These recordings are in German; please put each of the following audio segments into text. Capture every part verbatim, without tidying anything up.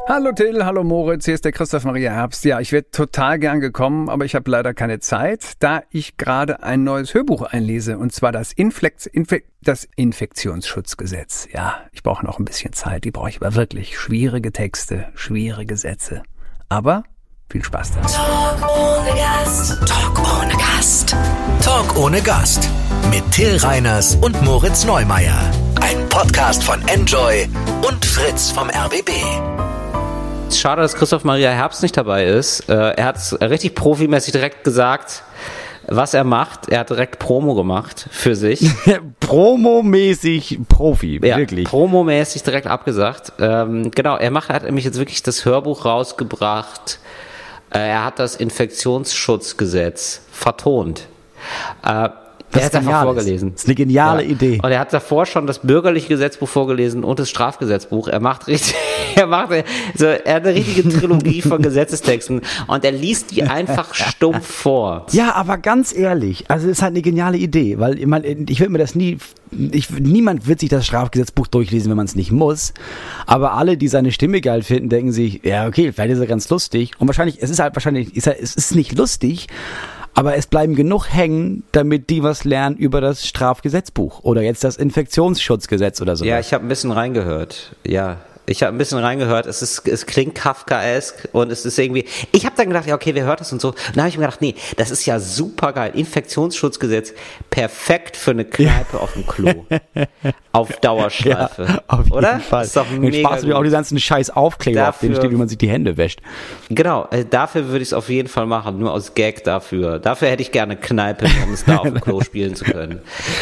Hallo Till, hallo Moritz, hier ist der Christoph Maria Herbst. Ja, ich wäre total gern gekommen, aber ich habe leider keine Zeit, da ich gerade ein neues Hörbuch einlese, und zwar das, Inflekt, Infe, das Infektionsschutzgesetz. Ja, ich brauche noch ein bisschen Zeit, die brauche ich aber wirklich. Schwierige Texte, schwierige Sätze. Aber viel Spaß dabei. Talk ohne Gast. Talk ohne Gast. Talk ohne Gast. Mit Till Reiners und Moritz Neumeier. Ein Podcast von Enjoy und Fritz vom R B B. Schade, dass Christoph Maria Herbst nicht dabei ist. Er hat es richtig profimäßig direkt gesagt, was er macht. Er hat direkt Promo gemacht für sich. Promomäßig Profi, ja, wirklich. Promomäßig direkt abgesagt. Ähm, genau, er macht, er hat nämlich jetzt wirklich das Hörbuch rausgebracht. Äh, er hat das Infektionsschutzgesetz vertont. Äh, Das er hat davor vorgelesen. Das ist eine geniale ja. Idee. Und er hat davor schon das bürgerliche Gesetzbuch vorgelesen und das Strafgesetzbuch. Er macht richtig, er macht, so, er hat eine richtige Trilogie von Gesetzestexten und er liest die einfach stumpf vor. Ja, aber ganz ehrlich, also es ist halt eine geniale Idee, weil ich, meine, ich will mir das nie, ich, niemand wird sich das Strafgesetzbuch durchlesen, wenn man es nicht muss. Aber alle, die seine Stimme geil finden, denken sich, ja okay, vielleicht ist er ganz lustig. Und wahrscheinlich, es ist halt wahrscheinlich, ist halt, es ist nicht lustig. Aber es bleiben genug hängen, damit die was lernen über das Strafgesetzbuch oder jetzt das Infektionsschutzgesetz oder so. Ja, ich habe ein bisschen reingehört. Ja, ich habe ein bisschen reingehört. Es ist, es klingt Kafkaesk und es ist irgendwie. Ich habe dann gedacht, ja okay, wer hört das und so. Und dann habe ich mir gedacht, nee, das ist ja super geil. Infektionsschutzgesetz, perfekt für eine Kneipe ja. auf dem Klo, auf Dauerschleife, ja, auf jeden oder? Fall. Ist doch mega. Dann sparst du dir auch die ganzen Scheiß Aufkleber, dafür, auf denen steht, wie man sich die Hände wäscht. Genau, äh, dafür würde ich es auf jeden Fall machen, nur aus Gag dafür. Dafür hätte ich gerne Kneipe, um es da auf dem Klo spielen zu können.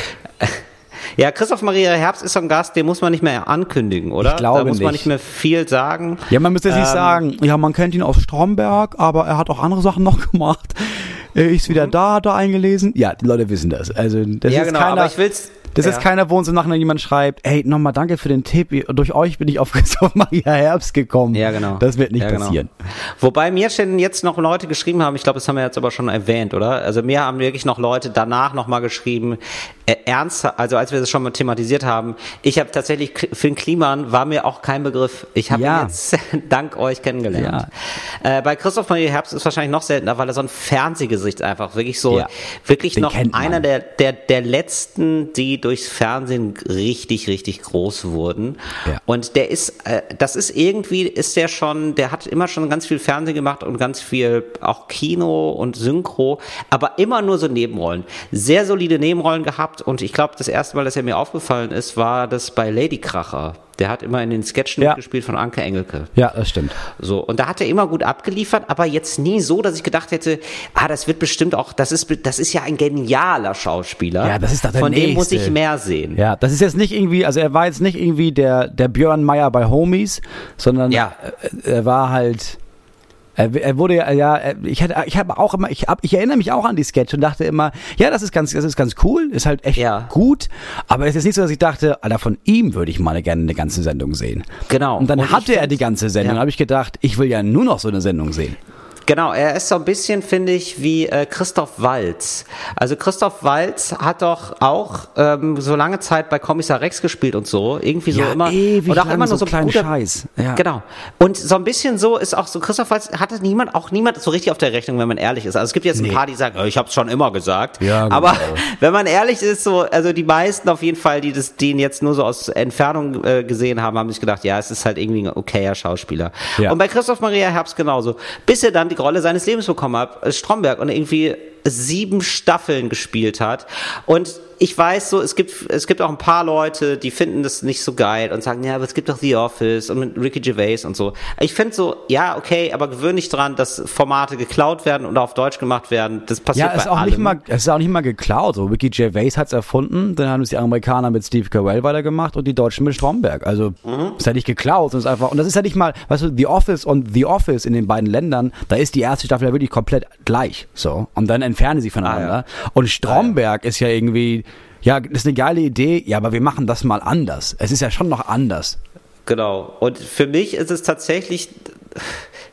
Ja, Christoph Maria Herbst ist so ein Gast, den muss man nicht mehr ankündigen, oder? Ich glaube nicht. Da muss man nicht. nicht mehr viel sagen. Ja, man müsste jetzt ähm, nicht sagen, ja, man kennt ihn aus Stromberg, aber er hat auch andere Sachen noch gemacht. Er ist wieder mhm. da, da eingelesen. Ja, die Leute wissen das. Also, das ja, ist genau, keiner, aber ich will's. Das ja. ist keiner, wo uns im Nachhinein jemand schreibt, hey, nochmal danke für den Tipp, durch euch bin ich auf Christoph Maria Herbst gekommen. Ja, genau. Das wird nicht ja, genau. passieren. Wobei mir schon jetzt noch Leute geschrieben haben, ich glaube, das haben wir jetzt aber schon erwähnt, oder? Also mir haben wirklich noch Leute danach nochmal geschrieben, äh, ernst, also als wir das schon mal thematisiert haben, ich habe tatsächlich, Finn Kliman war mir auch kein Begriff. Ich habe ja. ihn jetzt dank euch kennengelernt. Ja. Äh, bei Christoph Maria Herbst ist wahrscheinlich noch seltener, weil er so ein Fernsehgesicht einfach wirklich so, ja. wirklich Den noch einer der, der, der letzten, die durchs Fernsehen richtig, richtig groß wurden. Ja. Und der ist, äh, das ist irgendwie, ist der schon, der hat immer schon ganz viel Fernsehen gemacht und ganz viel auch Kino und Synchro, aber immer nur so Nebenrollen. Sehr solide Nebenrollen gehabt und ich glaube, das erste Mal, dass er mir aufgefallen ist, war das bei Ladykracher. Der hat immer in den Sketchen ja. mitgespielt von Anke Engelke. Ja, das stimmt. So, und da hat er immer gut abgeliefert, aber jetzt nie so, dass ich gedacht hätte, ah, das wird bestimmt auch, das ist, das ist ja ein genialer Schauspieler. Ja, das ist doch der Von Nächste. dem muss ich mehr sehen. Ja, das ist jetzt nicht irgendwie, also er war jetzt nicht irgendwie der, der Björn Meyer bei Homies, sondern ja. er, er war halt, Er, er wurde ja, ja, ich hatte, ich habe auch immer, ich hab, ich erinnere mich auch an die Sketche und dachte immer, ja, das ist ganz, das ist ganz cool, ist halt echt ja. gut, aber es ist nicht so, dass ich dachte, Alter, von ihm würde ich mal gerne eine ganze Sendung sehen. Genau. Und dann und hatte er die ganze Sendung, ja. habe ich gedacht, ich will ja nur noch so eine Sendung sehen. Genau, er ist so ein bisschen, finde ich, wie äh, Christoph Waltz. Also Christoph Waltz hat doch auch ähm, so lange Zeit bei Kommissar Rex gespielt und so. Irgendwie so ja, immer. Ewig und auch lang immer nur so so kleinen guter, Scheiß. Ja. Genau. Und so ein bisschen so ist auch so, Christoph Waltz hatte niemand, auch niemand so richtig auf der Rechnung, wenn man ehrlich ist. Also es gibt jetzt ein nee. paar, die sagen, oh, ich habe es schon immer gesagt. Ja, aber genau. wenn man ehrlich ist, so, also die meisten auf jeden Fall, die das, die ihn jetzt nur so aus Entfernung äh, gesehen haben, haben sich gedacht, ja, es ist halt irgendwie ein okayer Schauspieler. Ja. Und bei Christoph Maria Herbst genauso. Bis er dann die Rolle seines Lebens bekommen hat, Stromberg, und irgendwie sieben Staffeln gespielt hat. Und ich weiß so, es gibt es gibt auch ein paar Leute, die finden das nicht so geil und sagen, ja, aber es gibt doch The Office und mit Ricky Gervais und so. Ich finde so, ja, okay, aber gewöhn dich dran, dass Formate geklaut werden und auf Deutsch gemacht werden. Das passiert ja, ist bei auch allem. Nicht mal, es ist auch nicht mal geklaut. So, Ricky Gervais hat es erfunden, dann haben es die Amerikaner mit Steve Carell weitergemacht und die Deutschen mit Stromberg. Also mhm. ist ja nicht geklaut, sondern ist einfach, und das ist ja nicht mal, weißt du, The Office und The Office in den beiden Ländern, da ist die erste Staffel ja wirklich komplett gleich. So. Und dann entfernen sie voneinander. Ah, ja. Und Stromberg ah, ja. ist ja irgendwie, ja, das ist eine geile Idee, ja, aber wir machen das mal anders. Es ist ja schon noch anders. Genau. Und für mich ist es tatsächlich,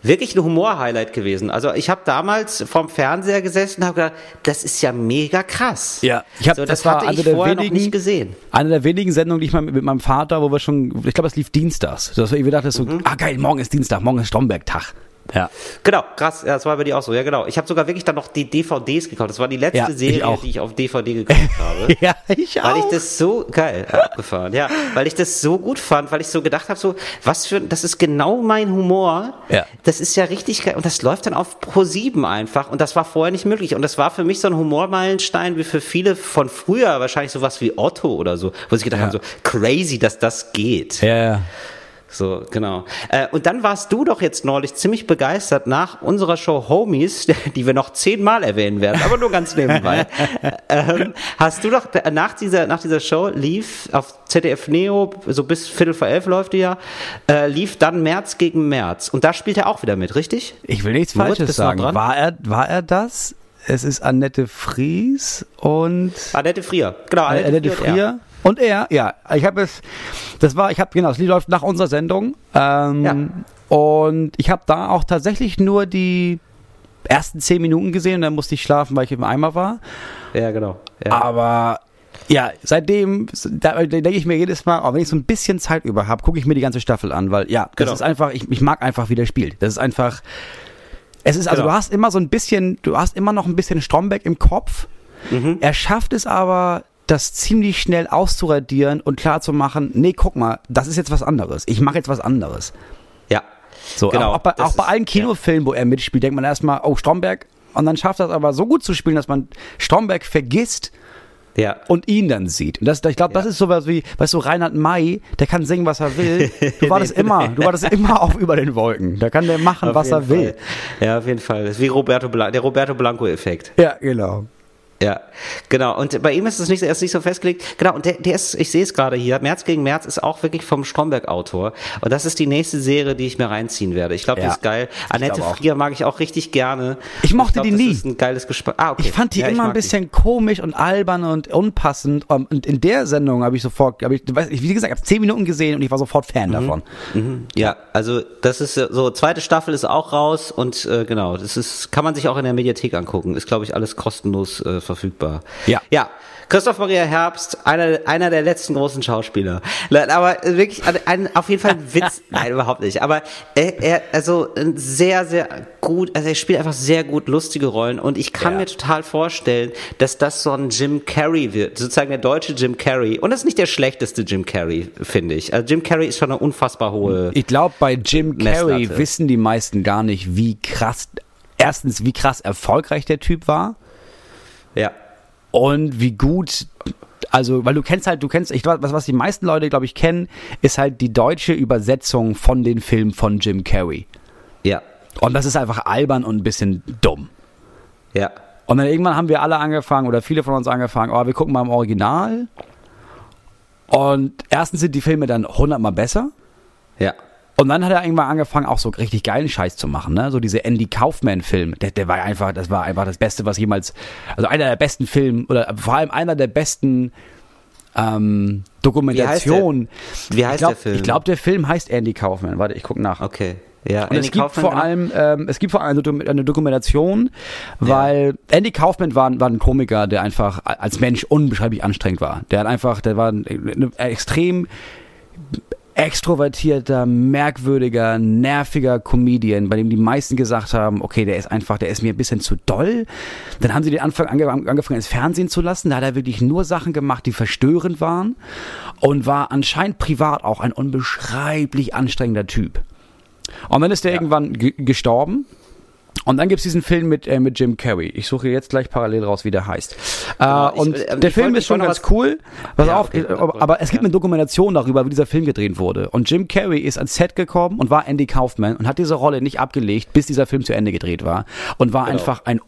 wirklich ein Humor-Highlight gewesen. Also ich habe damals vorm Fernseher gesessen und habe gedacht, das ist ja mega krass. Ja, ich hab, so, das, das war hatte eine ich der vorher wenigen, noch nicht gesehen. Eine der wenigen Sendungen, die ich mal mit, mit meinem Vater, wo wir schon, ich glaube, es lief dienstags. Dass wir dachten so, mhm. ah geil, morgen ist Dienstag, morgen ist Stromberg-Tag. Ja. Genau, krass, ja, das war bei dir auch so, ja genau. Ich habe sogar wirklich dann noch die D V Ds gekauft. Das war die letzte ja, Serie, ich die ich auf D V D gekauft habe. Ja, ich auch. Weil ich das so, geil, abgefahren, ja, weil ich das so gut fand, weil ich so gedacht habe, so, was für, das ist genau mein Humor. Ja. Das ist ja richtig geil und das läuft dann auf Pro sieben einfach und das war vorher nicht möglich und das war für mich so ein Humormeilenstein wie für viele von früher, wahrscheinlich sowas wie Otto oder so, wo sie gedacht ja. haben, so crazy, dass das geht. Ja, ja. So, genau. Äh, und dann warst du doch jetzt neulich ziemlich begeistert nach unserer Show Homies, die wir noch zehnmal erwähnen werden, aber nur ganz nebenbei. ähm, hast du doch nach dieser, nach dieser Show lief auf Z D F Neo, so bis Viertel vor elf läuft die ja, äh, lief dann März gegen März. Und da spielt er auch wieder mit, richtig? Ich will nichts Moritz, Falsches sagen. War er, war er das? Es ist Annette Fries und... Annette Frier, genau. Annette, Annette Frier. Und er, ja, ich habe es, das war, ich habe, genau, das Lied läuft nach unserer Sendung ähm, ja. Und ich habe da auch tatsächlich nur die ersten zehn Minuten gesehen und dann musste ich schlafen, weil ich im Eimer war. Ja, genau. Ja. Aber ja, seitdem, da, da denke ich mir jedes Mal, auch wenn ich so ein bisschen Zeit über habe, gucke ich mir die ganze Staffel an, weil ja, das genau. ist einfach, ich, ich mag einfach, wie der spielt. Das ist einfach, es ist, also genau. du hast immer so ein bisschen, du hast immer noch ein bisschen Stromberg im Kopf. Mhm. Er schafft es aber, das ziemlich schnell auszuradieren und klar zu machen, nee, guck mal, das ist jetzt was anderes. Ich mache jetzt was anderes. Ja. So, genau. Auch bei, auch bei allen Kinofilmen, ja. wo er mitspielt, denkt man erstmal, oh, Stromberg. Und dann schafft er es aber so gut zu spielen, dass man Stromberg vergisst ja. und ihn dann sieht. Und das, ich glaube, das ja. ist sowas wie, weißt du, Reinhard May, der kann singen, was er will. Du war das immer, du war das immer auf über den Wolken. Da kann der machen, auf was er will. Fall. Ja, auf jeden Fall. Das ist wie Roberto Blanco, der Roberto Blanco-Effekt. Ja, genau. Ja, genau. Und bei ihm ist es nicht, er ist nicht so festgelegt. Genau. Und der, der ist, ich sehe es gerade hier. März gegen März ist auch wirklich vom Stromberg-Autor. Und das ist die nächste Serie, die ich mir reinziehen werde. Ich glaube, ja, die ist geil. Annette Frier mag ich auch richtig gerne. Ich mochte ich glaub, die das nie. Ist ein geiles Gespräch. Ah, okay. Ich fand die ja, immer ein bisschen die. komisch und albern und unpassend. Und in der Sendung habe ich sofort, habe ich, wie gesagt, ich habe zehn Minuten gesehen und ich war sofort Fan mhm. davon. Mhm. Ja, also das ist so, zweite Staffel ist auch raus und äh, genau, das ist, kann man sich auch in der Mediathek angucken. Ist, glaube ich, alles kostenlos äh, verfügbar. Ja. Ja. Christoph Maria Herbst, einer, einer der letzten großen Schauspieler. Aber wirklich, ein, auf jeden Fall ein Witz. Nein, überhaupt nicht. Aber er, er, also sehr, sehr gut, also er spielt einfach sehr gut lustige Rollen und ich kann ja. mir total vorstellen, dass das so ein Jim Carrey wird, sozusagen der deutsche Jim Carrey. Und das ist nicht der schlechteste Jim Carrey, finde ich. Also Jim Carrey ist schon eine unfassbar hohe Ich glaube, bei Jim Carrey Messlatte. wissen die meisten gar nicht, wie krass, erstens, wie krass erfolgreich der Typ war. Ja. Und wie gut, also, weil du kennst halt, du kennst, ich glaube, was, was die meisten Leute, glaube ich, kennen, ist halt die deutsche Übersetzung von den Filmen von Jim Carrey. Ja. Und das ist einfach albern und ein bisschen dumm. Ja. Und dann irgendwann haben wir alle angefangen, oder viele von uns angefangen, oh, wir gucken mal im Original. Und erstens sind die Filme dann hundertmal besser. Ja. Und dann hat er irgendwann angefangen, auch so richtig geilen Scheiß zu machen, ne? So diese Andy Kaufman-Film, der, der war einfach, das war einfach das Beste, was jemals, also einer der besten Filme, oder vor allem einer der besten ähm, Dokumentationen. Wie heißt, der? Wie heißt ich glaub, der Film? Ich glaube, der Film heißt Andy Kaufman. Warte, ich guck nach. Okay. Ja, und es gibt, Kaufmann, vor allem, ähm, es gibt vor allem eine Dokumentation, weil ja. Andy Kaufman war, war ein Komiker, der einfach als Mensch unbeschreiblich anstrengend war. Der hat einfach, der war ein, ein extrem extrovertierter, merkwürdiger, nerviger Comedian, bei dem die meisten gesagt haben, okay, der ist einfach, der ist mir ein bisschen zu doll. Dann haben sie den Anfang ange- angefangen, ins Fernsehen zu lassen. Da hat er wirklich nur Sachen gemacht, die verstörend waren und war anscheinend privat auch ein unbeschreiblich anstrengender Typ. Und dann ist der ja. irgendwann g- gestorben. Und dann gibt's diesen Film mit, äh, mit Jim Carrey. Ich suche jetzt gleich parallel raus, wie der heißt. Genau, äh, und ich, äh, der Film wollte, ist schon ganz cool. Pass ja, auf, okay, aber, aber es gibt ja. eine Dokumentation darüber, wie dieser Film gedreht wurde. Und Jim Carrey ist ans Set gekommen und war Andy Kaufman und hat diese Rolle nicht abgelegt, bis dieser Film zu Ende gedreht war. Und war genau. einfach ein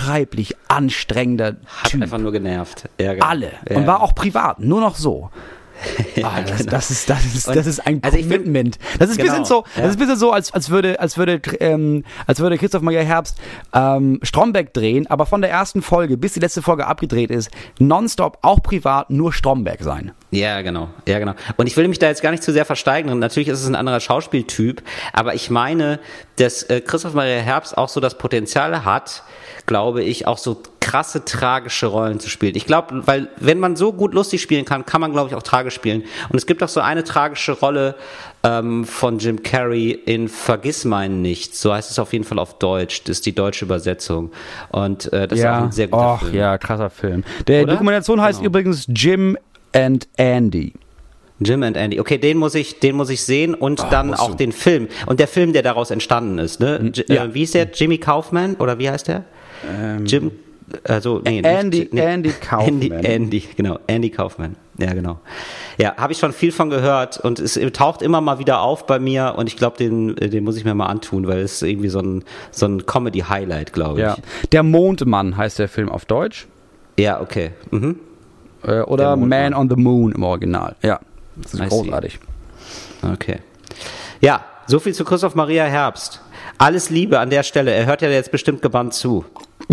unbeschreiblich anstrengender hat Typ. Hat einfach nur genervt. Ja, genau. Alle. Ja. Und war auch privat, nur noch so. ja, ah, das, genau. das ist das ist das ist ein also Commitment. Find, das ist ein genau, bisschen so, ja. das ist ein bisschen so, als als würde als würde ähm, als würde Christoph Maria Herbst ähm, Stromberg drehen, aber von der ersten Folge bis die letzte Folge abgedreht ist, nonstop auch privat nur Stromberg sein. Ja, genau. Ja, genau. Und ich will mich da jetzt gar nicht zu sehr versteigern. Natürlich ist es ein anderer Schauspieltyp, aber ich meine, dass äh, Christoph Maria Herbst auch so das Potenzial hat, glaube ich, auch so krasse, tragische Rollen zu spielen. Ich glaube, weil wenn man so gut lustig spielen kann, kann man, glaube ich, auch tragisch spielen. Und es gibt auch so eine tragische Rolle ähm, von Jim Carrey in Vergissmeinen nicht. So heißt es auf jeden Fall auf Deutsch. Das ist die deutsche Übersetzung. Und äh, das ja. ist auch ein sehr guter Och, Film. Ja, krasser Film. Der Oder? Dokumentation heißt genau. übrigens Jim and Andy. Jim and Andy. Okay, den muss ich, den muss ich sehen und oh, dann auch du. den Film. Und der Film, der daraus entstanden ist, ne? J- ja. äh, wie ist der? Jimmy Kaufman? Oder wie heißt der? Ähm, Jim, also, nee, Andy, nicht, nee, Andy Kaufman. Andy, Andy, genau, Andy Kaufman. Ja, genau. Ja, habe ich schon viel von gehört und es taucht immer mal wieder auf bei mir und ich glaube, den, den muss ich mir mal antun, weil es ist irgendwie so ein, so ein Comedy-Highlight, glaube ich. Ja. Der Mondmann heißt der Film auf Deutsch. Ja, okay. Mhm. Äh, oder Man on the Moon im Original. Ja, das ist I großartig. See. Okay. Ja, so viel zu Christoph Maria Herbst. Alles Liebe an der Stelle. Er hört ja jetzt bestimmt gebannt zu.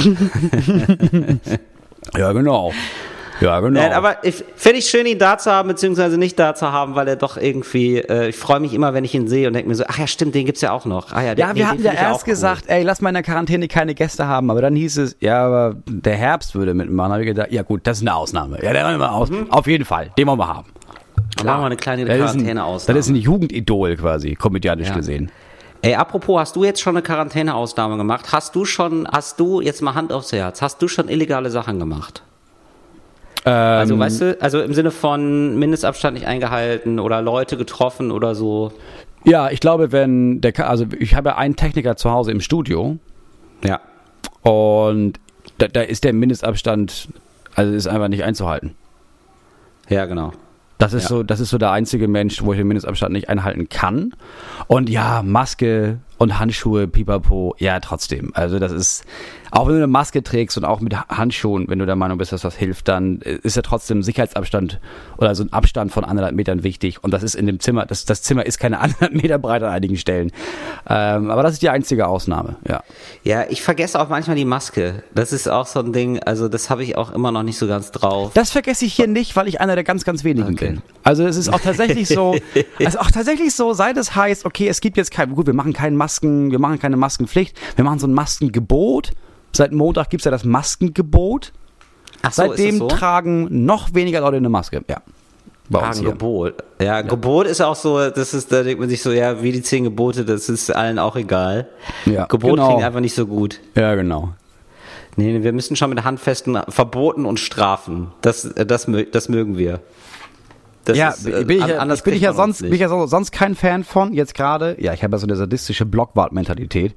Ja, genau. Ja, genau. Nein, aber ich finde ich schön, ihn da zu haben, beziehungsweise nicht da zu haben, weil er doch irgendwie, äh, ich freue mich immer, wenn ich ihn sehe und denke mir so, ach ja, stimmt, den gibt's ja auch noch. Ah, ja, der, ja, nee, wir hatten ja erst gesagt, cool. ey, lass mal in der Quarantäne keine Gäste haben, aber dann hieß es, ja, aber der Herbst würde mitmachen. Da habe ich gedacht, ja gut, das ist eine Ausnahme. Ja, der wollen wir aus. Mhm. Auf jeden Fall, den wollen wir haben. Dann machen wir eine kleine Quarantäne-Ausnahme. Das ist ein Jugendidol quasi, komödianisch ja. gesehen. Ey, apropos, hast du jetzt schon eine Quarantäne-Ausnahme gemacht? Hast du schon, hast du, jetzt mal Hand aufs Herz, hast du schon illegale Sachen gemacht? Ähm, also, weißt du, also im Sinne von Mindestabstand nicht eingehalten oder Leute getroffen oder so? Ja, ich glaube, wenn der, also ich habe einen Techniker zu Hause im Studio. Ja. Und da, da ist der Mindestabstand, also ist einfach nicht einzuhalten. Ja, genau. Das ist ja. so, das ist so der einzige Mensch, wo ich den Mindestabstand nicht einhalten kann. Und ja, Maske und Handschuhe, pipapo, ja, trotzdem. Also das ist, auch wenn du eine Maske trägst und auch mit Handschuhen, wenn du der Meinung bist, dass das hilft, dann ist ja trotzdem Sicherheitsabstand oder so ein Abstand von anderthalb Metern wichtig. Und das ist in dem Zimmer, das, das Zimmer ist keine anderthalb Meter breit an einigen Stellen. Ähm, aber das ist die einzige Ausnahme, ja. Ja, ich vergesse auch manchmal die Maske. Das ist auch so ein Ding, also das habe ich auch immer noch nicht so ganz drauf. Das vergesse ich hier nicht, weil ich einer der ganz, ganz wenigen okay. bin. Also es ist auch tatsächlich so, also auch tatsächlich so, seit es heißt, okay, es gibt jetzt kein, gut, wir machen keine Masken, wir machen keine Maskenpflicht, wir machen so ein Maskengebot. Seit Montag gibt es ja das Maskengebot. Ach so, Seitdem ist das so? Tragen noch weniger Leute eine Maske. Ja. Bei uns hier. Gebot. Ja, ja, Gebot ist auch so, das ist, da denkt man sich so, ja, wie die zehn Gebote, das ist allen auch egal. Ja, Gebot genau. klingt einfach nicht so gut. Ja, genau. Nee, wir müssen schon mit handfesten Verboten und Strafen. Das, das, das mögen wir. Das ja, ist, bin ich, ja, ich bin ich ja sonst, bin ich ja so, sonst kein Fan von, jetzt gerade. Ja, ich habe ja so eine sadistische Blockwart-Mentalität.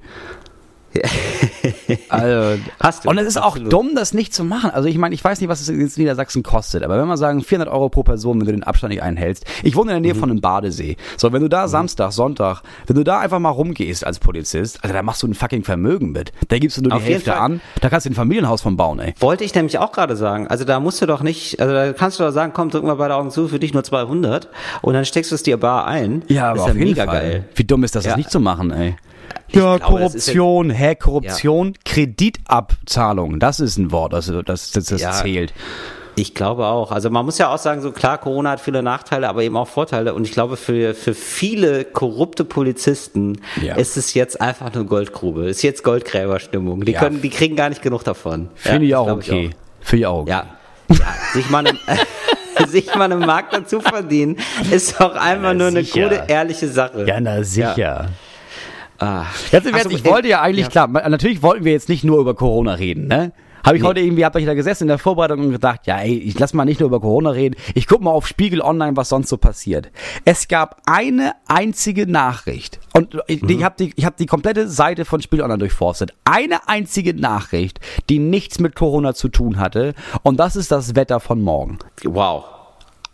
Also, Hast du, und es ist absolut. Auch dumm, das nicht zu machen. Also ich meine, ich weiß nicht, was es in Niedersachsen kostet, aber wenn wir sagen vierhundert Euro pro Person, wenn du den Abstand nicht einhältst. Ich wohne in der Nähe mhm. von einem Badesee. So, wenn du da mhm. Samstag, Sonntag, wenn du da einfach mal rumgehst als Polizist, also da machst du ein fucking Vermögen mit. Da gibst du nur die Auf Hälfte an, da kannst du ein Familienhaus von bauen, ey. Wollte ich nämlich auch gerade sagen. Also da musst du doch nicht, also da kannst du doch sagen, komm, drück mal beide Augen zu, für dich nur zweihundert und dann steckst du es dir bar ein. Ja, aber das ist auf ja jeden mega Fall. Geil. Wie dumm ist das, ja. das nicht zu machen, ey. Ja, glaube, Korruption, hä, Korruption, ja. Kreditabzahlung, das ist ein Wort, also das, das, das ja, zählt. Ich glaube auch. Also man muss ja auch sagen, so klar, Corona hat viele Nachteile, aber eben auch Vorteile. Und ich glaube, für, für viele korrupte Polizisten ja. ist es jetzt einfach eine Goldgrube. Ist jetzt Goldgräberstimmung. Die ja. können, die kriegen gar nicht genug davon. Finde ja, ich auch okay. Finde ich auch. Ja. ja. Sich mal eine, sich mal eine Mark dazu verdienen, ist auch einfach ja, nur eine sicher. gute, ehrliche Sache. Ja, na sicher. Ja. Ah. Jetzt, also, ich wollte ja eigentlich, ja. klar, natürlich wollten wir jetzt nicht nur über Corona reden, ne? Habe ich nee. heute irgendwie, hab ich da gesessen in der Vorbereitung und gedacht, ja ey, ich lass mal nicht nur über Corona reden, ich guck mal auf Spiegel Online, was sonst so passiert. Es gab eine einzige Nachricht und ich, mhm. ich habe die, ich hab die komplette Seite von Spiegel Online durchforstet. Eine einzige Nachricht, die nichts mit Corona zu tun hatte und das ist das Wetter von morgen. Wow.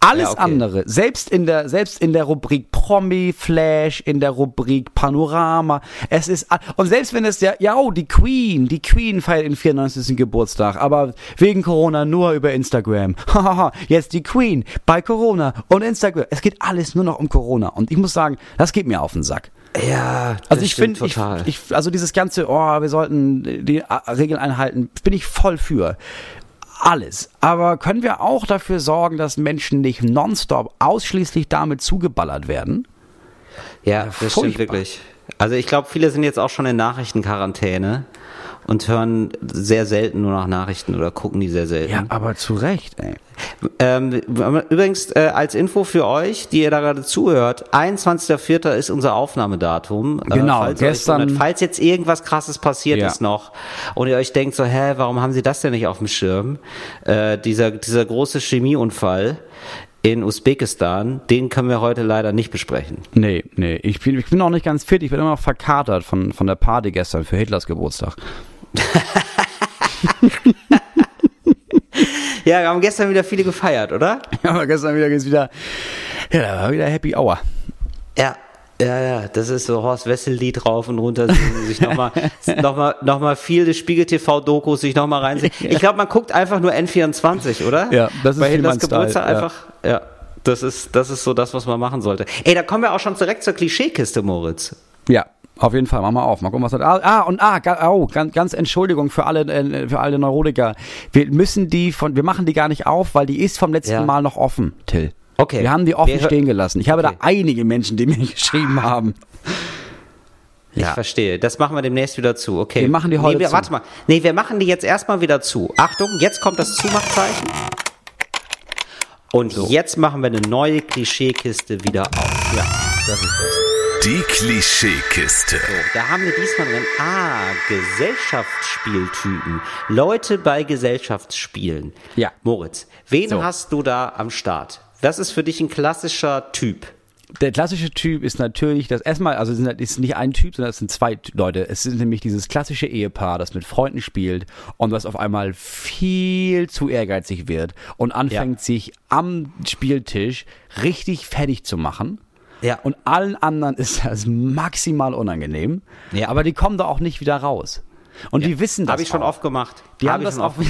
Alles ja, okay. andere, selbst in der, selbst in der Rubrik Promi Flash, in der Rubrik Panorama, es ist, und selbst wenn es ja, ja, oh, die Queen, die Queen feiert den vierundneunzigsten Geburtstag, aber wegen Corona nur über Instagram. Hahaha, jetzt die Queen bei Corona und Instagram. Es geht alles nur noch um Corona. Und ich muss sagen, das geht mir auf den Sack. Ja, das also ich stimmt finde, total. Ich, ich, also dieses ganze, oh, wir sollten die Regeln einhalten, bin ich voll für. Alles. Aber können wir auch dafür sorgen, dass Menschen nicht nonstop ausschließlich damit zugeballert werden? Ja, das Furchtbar. Stimmt wirklich. Also ich glaube, viele sind jetzt auch schon in Nachrichtenquarantäne und hören sehr selten nur nach Nachrichten oder gucken die sehr selten. Ja, aber zu Recht, ey. Ähm, übrigens, äh, als Info für euch, die ihr da gerade zuhört, einundzwanzigster vierter ist unser Aufnahmedatum. Genau, äh, falls gestern. Wundert, falls jetzt irgendwas Krasses passiert ja. ist noch und ihr euch denkt so, hä, warum haben sie das denn nicht auf dem Schirm? Äh, dieser, dieser große Chemieunfall in Usbekistan, den können wir heute leider nicht besprechen. Nee, nee, ich bin, ich bin auch nicht ganz fit, ich bin immer noch verkatert von, von der Party gestern für Hitlers Geburtstag. Ja, wir haben gestern wieder viele gefeiert, oder? Ja, aber gestern wieder geht's wieder, ja, da war wieder Happy Hour. Ja, ja, ja, das ist so Horst Wessel-Lied rauf und runter singen, sich nochmal, nochmal, nochmal viele Spiegel-T V-Dokus sich nochmal reinsehen. Ich glaube, man guckt einfach nur N vierundzwanzig, oder? Ja, das ist bei Hitlers Geburtstag Style, einfach, ja. ja, das ist, das ist so das, was man machen sollte. Ey, da kommen wir auch schon direkt zur Klischeekiste, Moritz. Ja. Auf jeden Fall, mach mal auf, mal gucken, was das. Ah, und ah, oh, ganz, ganz Entschuldigung für alle, äh, für alle Neurotiker. Wir müssen die von, wir machen die gar nicht auf, weil die ist vom letzten ja. Mal noch offen, Till. Okay. Wir haben die offen wir, stehen gelassen. Ich habe okay. da einige Menschen, die mir geschrieben haben. Ich ja. verstehe. Das machen wir demnächst wieder zu. Okay. Wir machen die heute nee, wir, zu. Warte mal. Nee, wir machen die jetzt erstmal wieder zu. Achtung, jetzt kommt das Zumachzeichen. Und so. Jetzt machen wir eine neue Klischeekiste wieder auf. Ja, das ist das. Die Klischeekiste. So, da haben wir diesmal drin, ah, Gesellschaftsspieltypen. Leute bei Gesellschaftsspielen. Ja. Moritz, wen so. hast du da am Start? Das ist für dich ein klassischer Typ. Der klassische Typ ist natürlich das erstmal, also es ist nicht ein Typ, sondern es sind zwei Leute. Es ist nämlich dieses klassische Ehepaar, das mit Freunden spielt und was auf einmal viel zu ehrgeizig wird und anfängt, ja. sich am Spieltisch richtig fertig zu machen. Ja. Und allen anderen ist das maximal unangenehm. Ja. Aber die kommen da auch nicht wieder raus. Und ja. die wissen das. Habe ich schon auch. oft gemacht. Die Hab haben das auch.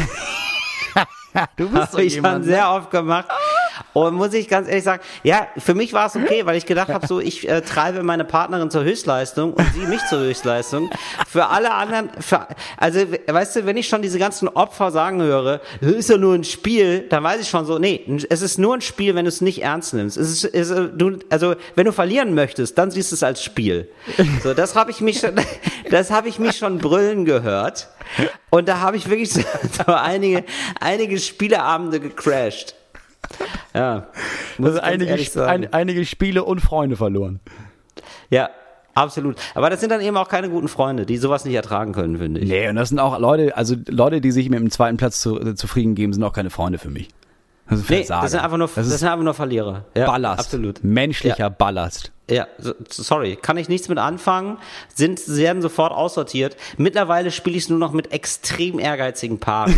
Du bist Habe ich schon sehr oft gemacht. Und muss ich ganz ehrlich sagen, ja, für mich war es okay, weil ich gedacht habe, so ich äh, treibe meine Partnerin zur Höchstleistung und sie mich zur Höchstleistung. Für alle anderen, für, also weißt du, wenn ich schon diese ganzen Opfer sagen höre, ist ja nur ein Spiel, dann weiß ich schon so, nee, es ist nur ein Spiel, wenn du es nicht ernst nimmst. Es ist, es ist, du, also wenn du verlieren möchtest, dann siehst du es als Spiel. So, das habe ich mich schon, das habe ich mich schon brüllen gehört. Und da habe ich wirklich so, so einige, einige Spieleabende gecrashed. Ja, muss also einige, ein, einige Spiele und Freunde verloren. Ja, absolut. Aber das sind dann eben auch keine guten Freunde, die sowas nicht ertragen können, finde ich. Nee, und das sind auch Leute, also Leute, die sich mit dem zweiten Platz zu, äh, zufrieden geben, sind auch keine Freunde für mich. Das ist nee, das sind einfach nur, das, das sind einfach nur Verlierer. Ja, Ballast. Absolut. Menschlicher ja. Ballast. Ja, so, sorry, kann ich nichts mit anfangen, sind, sie werden sofort aussortiert. Mittlerweile spiele ich es nur noch mit extrem ehrgeizigen Paaren.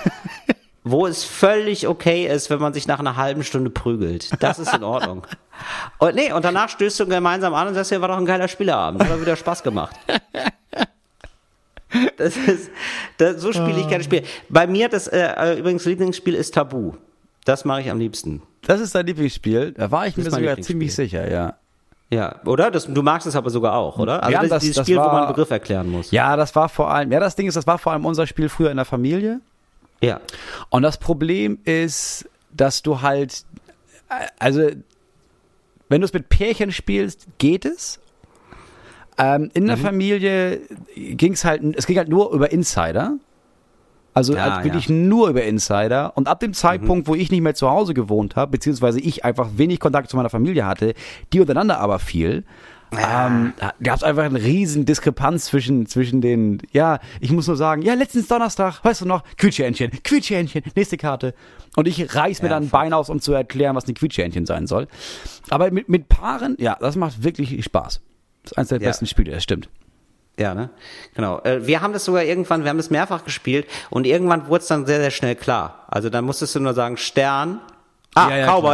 Wo es völlig okay ist, wenn man sich nach einer halben Stunde prügelt. Das ist in Ordnung. Und nee, und danach stößt du gemeinsam an und sagst, ja, war doch ein geiler Spieleabend, hat wieder Spaß gemacht. Das ist, das, so spiele ich keine Spiele. Bei mir, das äh, übrigens Lieblingsspiel ist Tabu. Das mache ich am liebsten. Das ist dein Lieblingsspiel? Da war ich mir sogar ziemlich sicher, ja. Ja, oder? Das, du magst es aber sogar auch, oder? Also das, das ist dieses Spiel, das war, wo man einen Begriff erklären muss. Ja, das war vor allem, ja, das Ding ist, das war vor allem unser Spiel früher in der Familie. Ja. Und das Problem ist, dass du halt, also, wenn du es mit Pärchen spielst, geht es. Ähm, in der mhm. Familie ging es halt, es ging halt nur über Insider. Also ja, halt wirklich ja. nur über Insider. Und ab dem Zeitpunkt, mhm. wo ich nicht mehr zu Hause gewohnt habe, beziehungsweise ich einfach wenig Kontakt zu meiner Familie hatte, die untereinander aber viel, Ja. Ähm, da gab es einfach eine riesen Diskrepanz zwischen, zwischen den, ja, ich muss nur sagen, ja, letztens Donnerstag, weißt du noch, Quietschhähnchen, Quietschhähnchen, nächste Karte. Und ich reiß mir ja, dann ein Bein aus, um zu erklären, was ein Quietschhähnchen sein soll. Aber mit, mit Paaren, ja, das macht wirklich Spaß. Das ist eines der ja. besten Spiele, das stimmt. Ja, ne? Genau. Wir haben das sogar irgendwann, wir haben das mehrfach gespielt und irgendwann wurde es dann sehr, sehr schnell klar. Also dann musstest du nur sagen, Stern, ah, ja, ja, Cowboy, klar.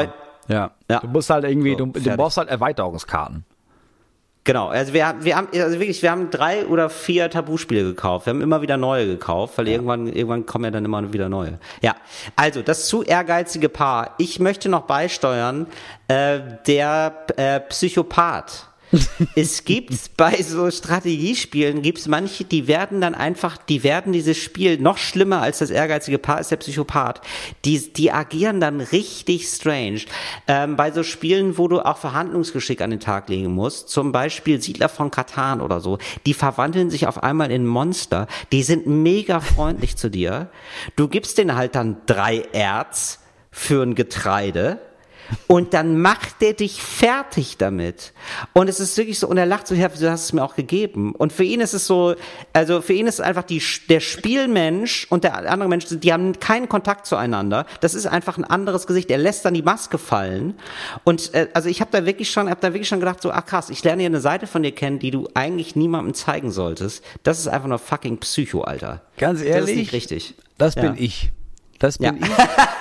Ja. ja. Du musst halt irgendwie, so, du, du brauchst halt Erweiterungskarten. Genau, also wir haben, wir haben, also wirklich, wir haben drei oder vier Tabuspiele gekauft. Wir haben immer wieder neue gekauft, weil ja. irgendwann, irgendwann kommen ja dann immer wieder neue. Ja, also das zu ehrgeizige Paar. Ich möchte noch beisteuern, äh, der äh, Psychopath. Es gibt bei so Strategiespielen, gibt es manche, die werden dann einfach, die werden dieses Spiel noch schlimmer als das ehrgeizige Paar ist der Psychopath. Die, die agieren dann richtig strange. Ähm, bei so Spielen, wo du auch Verhandlungsgeschick an den Tag legen musst, zum Beispiel Siedler von Katan oder so, die verwandeln sich auf einmal in Monster. Die sind mega freundlich zu dir. Du gibst denen halt dann drei Erz für ein Getreide. Und dann macht der dich fertig damit. Und es ist wirklich so, und er lacht so, ja, du hast es mir auch gegeben. Und für ihn ist es so, also für ihn ist es einfach die, der Spielmensch und der andere Mensch, die haben keinen Kontakt zueinander. Das ist einfach ein anderes Gesicht. Er lässt dann die Maske fallen. Und äh, also ich habe da wirklich schon, habe da wirklich schon gedacht, so, ach krass, ich lerne hier eine Seite von dir kennen, die du eigentlich niemandem zeigen solltest. Das ist einfach nur fucking Psycho, Alter. Ganz ehrlich, das ist nicht richtig. Das ja. bin ich. Das bin ja. ich.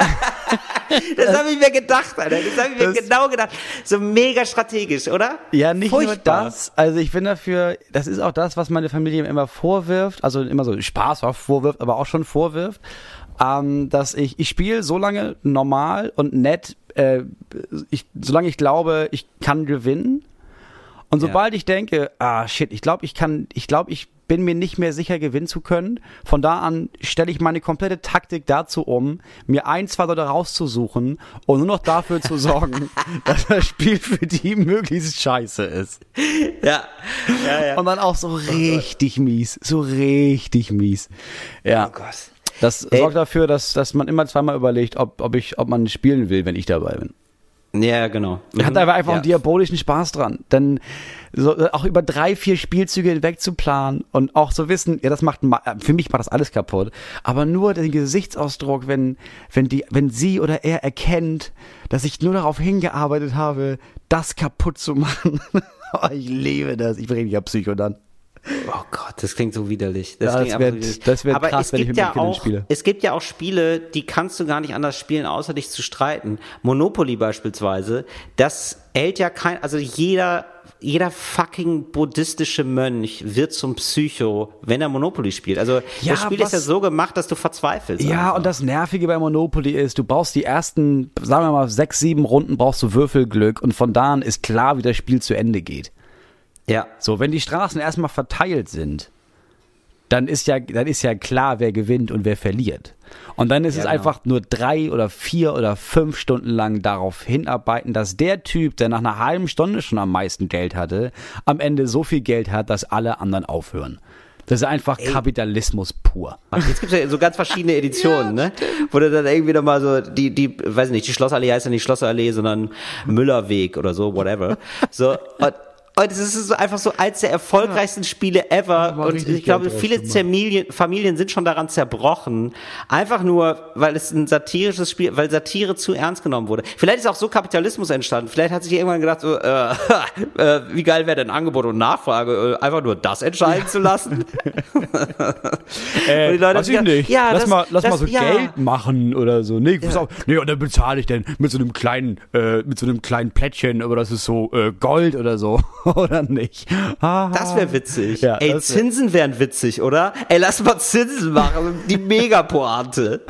Das habe ich mir gedacht, Alter. Das habe ich mir das genau gedacht. So mega strategisch, oder? Ja, nicht Furchtbar. nur das. Also ich bin dafür, das ist auch das, was meine Familie mir immer vorwirft, also immer so Spaß vorwirft, aber auch schon vorwirft, ähm, dass ich, ich spiele so lange normal und nett, äh, ich, solange ich glaube, ich kann gewinnen. Und sobald ja. ich denke, ah shit, ich glaube, ich kann, ich glaube, ich bin mir nicht mehr sicher, gewinnen zu können. Von da an stelle ich meine komplette Taktik dazu um, mir ein, zwei Leute rauszusuchen und nur noch dafür zu sorgen, dass das Spiel für die möglichst scheiße ist. Ja. ja, ja. Und dann auch so richtig mies, so richtig mies. Ja. Oh Gott. Das Ey. sorgt dafür, dass, dass man immer zweimal überlegt, ob, ob ich, ob man spielen will, wenn ich dabei bin. Ja, genau. Er hat aber einfach ja. einen diabolischen Spaß dran. Denn so, auch über drei, vier Spielzüge hinweg zu planen und auch so wissen, ja, das macht, für mich macht das alles kaputt. Aber nur den Gesichtsausdruck, wenn, wenn die, wenn sie oder er erkennt, dass ich nur darauf hingearbeitet habe, das kaputt zu machen. Oh, ich liebe das. Ich bringe mich ja Psycho dann. Oh Gott, das klingt so widerlich. Das, ja, klingt das wird, widerlich. Das wird Aber krass, es wenn gibt ich mit ja meinen Kindern auch, spiele. Es gibt ja auch Spiele, die kannst du gar nicht anders spielen, außer dich zu streiten. Monopoly beispielsweise, das hält ja kein, also jeder, jeder fucking buddhistische Mönch wird zum Psycho, wenn er Monopoly spielt. Also ja, das Spiel was, ist ja so gemacht, dass du verzweifelst. Ja, einfach. Und das Nervige bei Monopoly ist, du brauchst die ersten, sagen wir mal, sechs, sieben Runden brauchst du Würfelglück und von da an ist klar, wie das Spiel zu Ende geht. Ja. So, wenn die Straßen erstmal verteilt sind, dann ist ja, dann ist ja klar, wer gewinnt und wer verliert. Und dann ist ja, es genau. einfach nur drei oder vier oder fünf Stunden lang darauf hinarbeiten, dass der Typ, der nach einer halben Stunde schon am meisten Geld hatte, am Ende so viel Geld hat, dass alle anderen aufhören. Das ist einfach Ey. Kapitalismus pur. Jetzt gibt es ja so ganz verschiedene Editionen, ja, ne? Wo du dann irgendwie nochmal so, die, die, weiß nicht, die Schlossallee heißt ja nicht Schlossallee, sondern Müllerweg oder so, whatever. So, und Und es ist so einfach so eins der erfolgreichsten Spiele ever. Ja, und ich glaube, viele Familien, Familien sind schon daran zerbrochen. Einfach nur, weil es ein satirisches Spiel, weil Satire zu ernst genommen wurde. Vielleicht ist auch so Kapitalismus entstanden. Vielleicht hat sich irgendwann gedacht, so, äh, äh, wie geil wäre denn Angebot und Nachfrage, äh, einfach nur das entscheiden ja. zu lassen. äh, und die Leute weiß ich nicht. Ja, lass das, mal, lass das, mal so ja. Geld machen oder so. Nee, pass ja. auf. Nee, und dann bezahle ich denn mit so einem kleinen, äh, mit so einem kleinen Plättchen, aber das ist so äh, Gold oder so. Oder nicht? Aha. Das wäre witzig. Ja, Ey, Zinsen wären witzig, oder? Ey, lass mal Zinsen machen. Die Mega-Pointe.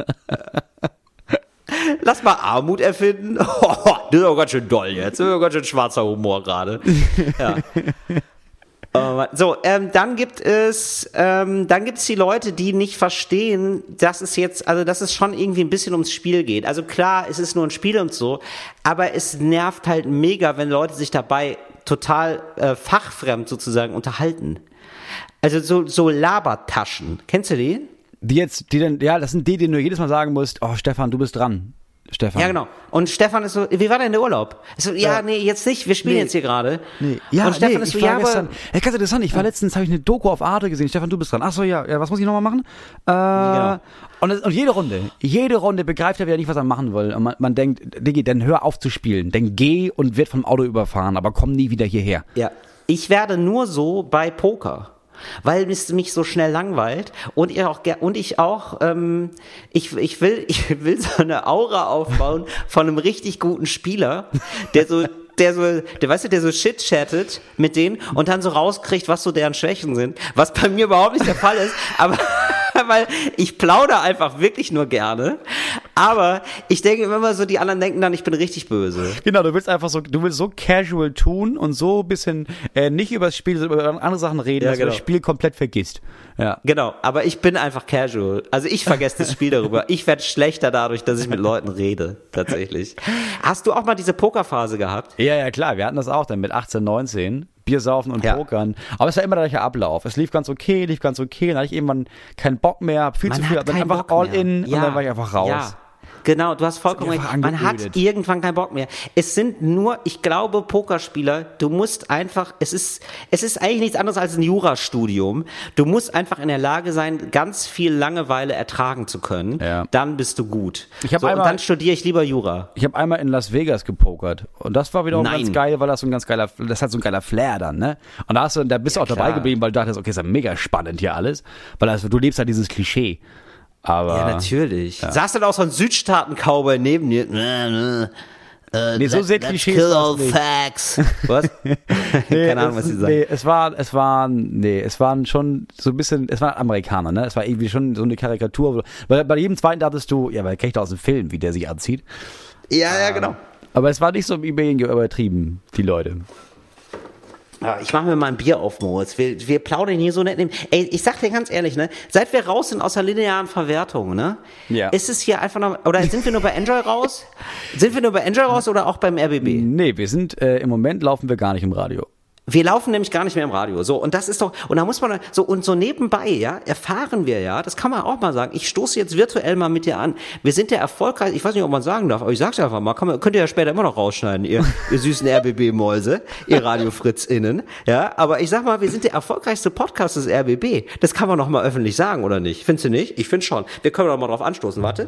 Lass mal Armut erfinden. Oh, das ist auch ganz schön doll jetzt. Das ist auch ganz schön schwarzer Humor gerade. Ja. So, ähm, dann gibt es, ähm, dann gibt es die Leute, die nicht verstehen, dass es jetzt, also dass es schon irgendwie ein bisschen ums Spiel geht. Also klar, es ist nur ein Spiel und so, aber es nervt halt mega, wenn Leute sich dabei total äh, fachfremd sozusagen unterhalten. Also so, so Labertaschen. Kennst du die? Die jetzt, die dann, ja, das sind die, denen du jedes Mal sagen musst, oh Stefan, du bist dran. Stefan. Ja, genau. Und Stefan ist so, wie war denn der Urlaub? So, ja, ja, nee, jetzt nicht, wir spielen nee. jetzt hier gerade. Nee. Ja, und Stefan nee, ist so, ich war ja, gestern, aber... Ja, ganz interessant, ich war ja. letztens, habe ich eine Doku auf Arte gesehen. Stefan, du bist dran. Achso, ja, ja, was muss ich nochmal machen? Äh, genau. und, und jede Runde, jede Runde begreift er wieder nicht, was er machen will. Und man, man denkt, Diggi, dann hör auf zu spielen. Dann geh und wird vom Auto überfahren, aber komm nie wieder hierher. Ja, ich werde nur so bei Poker. weil es mich so schnell langweilt und ich auch, und ich auch, ähm, ich, ich will, ich will so eine Aura aufbauen von einem richtig guten Spieler, der so, der so, der, weißt du, der so shit-chattet mit denen und dann so rauskriegt, was so deren Schwächen sind, was bei mir überhaupt nicht der Fall ist, aber weil ich plaudere einfach wirklich nur gerne, aber ich denke immer so, die anderen denken dann, ich bin richtig böse. Genau, du willst einfach so, du willst so casual tun und so ein bisschen äh, nicht über das Spiel, sondern über andere Sachen reden, Ja, dass genau. du das Spiel komplett vergisst. Ja. Genau, aber ich bin einfach casual. Also ich vergesse das Spiel darüber. Ich werde schlechter dadurch, dass ich mit Leuten rede, tatsächlich. Hast du auch mal diese Pokerphase gehabt? Ja, ja, klar, wir hatten das auch dann mit achtzehn, neunzehn. Bier saufen und Ja. Pokern. Aber es war immer der gleiche Ablauf. Es lief ganz okay, lief ganz okay. Dann hatte ich irgendwann keinen Bock mehr, hab viel Man zu viel, hat dann keinen einfach Bock all mehr. in Ja. und dann war ich einfach raus. Ja. Genau, du hast vollkommen Ist recht. einfach Man hat angeödet. irgendwann keinen Bock mehr. Es sind nur, ich glaube, Pokerspieler, du musst einfach, es ist, es ist eigentlich nichts anderes als ein Jurastudium. Du musst einfach in der Lage sein, ganz viel Langeweile ertragen zu können. Ja. Dann bist du gut. Ich hab so, und einmal- dann studiere ich lieber Jura. Ich habe einmal in Las Vegas gepokert und das war wiederum Nein. ganz geil, weil das so ein ganz geiler, das hat so ein geiler Flair dann, ne? Und da hast du, da bist du Ja, auch dabei klar. geblieben, weil du dachtest, okay, ist ja mega spannend hier alles, weil also, du lebst halt dieses Klischee. Aber Ja, natürlich. Saß dann auch so ein Südstaaten-Cowboy neben dir? Äh, Nee, so sehr let's Klischee kill ist das all nicht. facts. Was? Nee, Keine Ahnung, was es, sie sagen. Nee, es war, es waren, nee, es waren schon so ein bisschen, es waren Amerikaner, ne? Es war irgendwie schon so eine Karikatur. Weil bei jedem zweiten dachtest du, ja, weil kennt aus dem Film, wie der sich anzieht. Ja, ja, genau. Aber es war nicht so übertrieben, die Leute. Ja, ich mache mir mal ein Bier auf, Moritz. Wir, wir plaudern hier so nett. Neben. Ey, ich sag dir ganz ehrlich, ne, seit wir raus sind aus der linearen Verwertung, ne, Ja. ist es hier einfach noch, oder sind wir nur bei Enjoy raus? Sind wir nur bei Enjoy raus oder auch beim R B B? Nee, wir sind, äh, im Moment laufen wir gar nicht im Radio. Wir laufen nämlich gar nicht mehr im Radio. So, und das ist doch, und da muss man, so, und so nebenbei, ja, erfahren wir ja, das kann man auch mal sagen, ich stoße jetzt virtuell mal mit dir an. Wir sind der erfolgreich, ich weiß nicht, ob man sagen darf, aber ich sag's einfach mal, kann man, könnt ihr ja später immer noch rausschneiden, ihr, ihr süßen R B B-Mäuse, ihr Radio-Fritz-Innen, ja, aber ich sag mal, wir sind der erfolgreichste Podcast des R B B. Das kann man noch mal öffentlich sagen, oder nicht? Findest du nicht? Ich finde schon. Wir können doch mal drauf anstoßen, warte.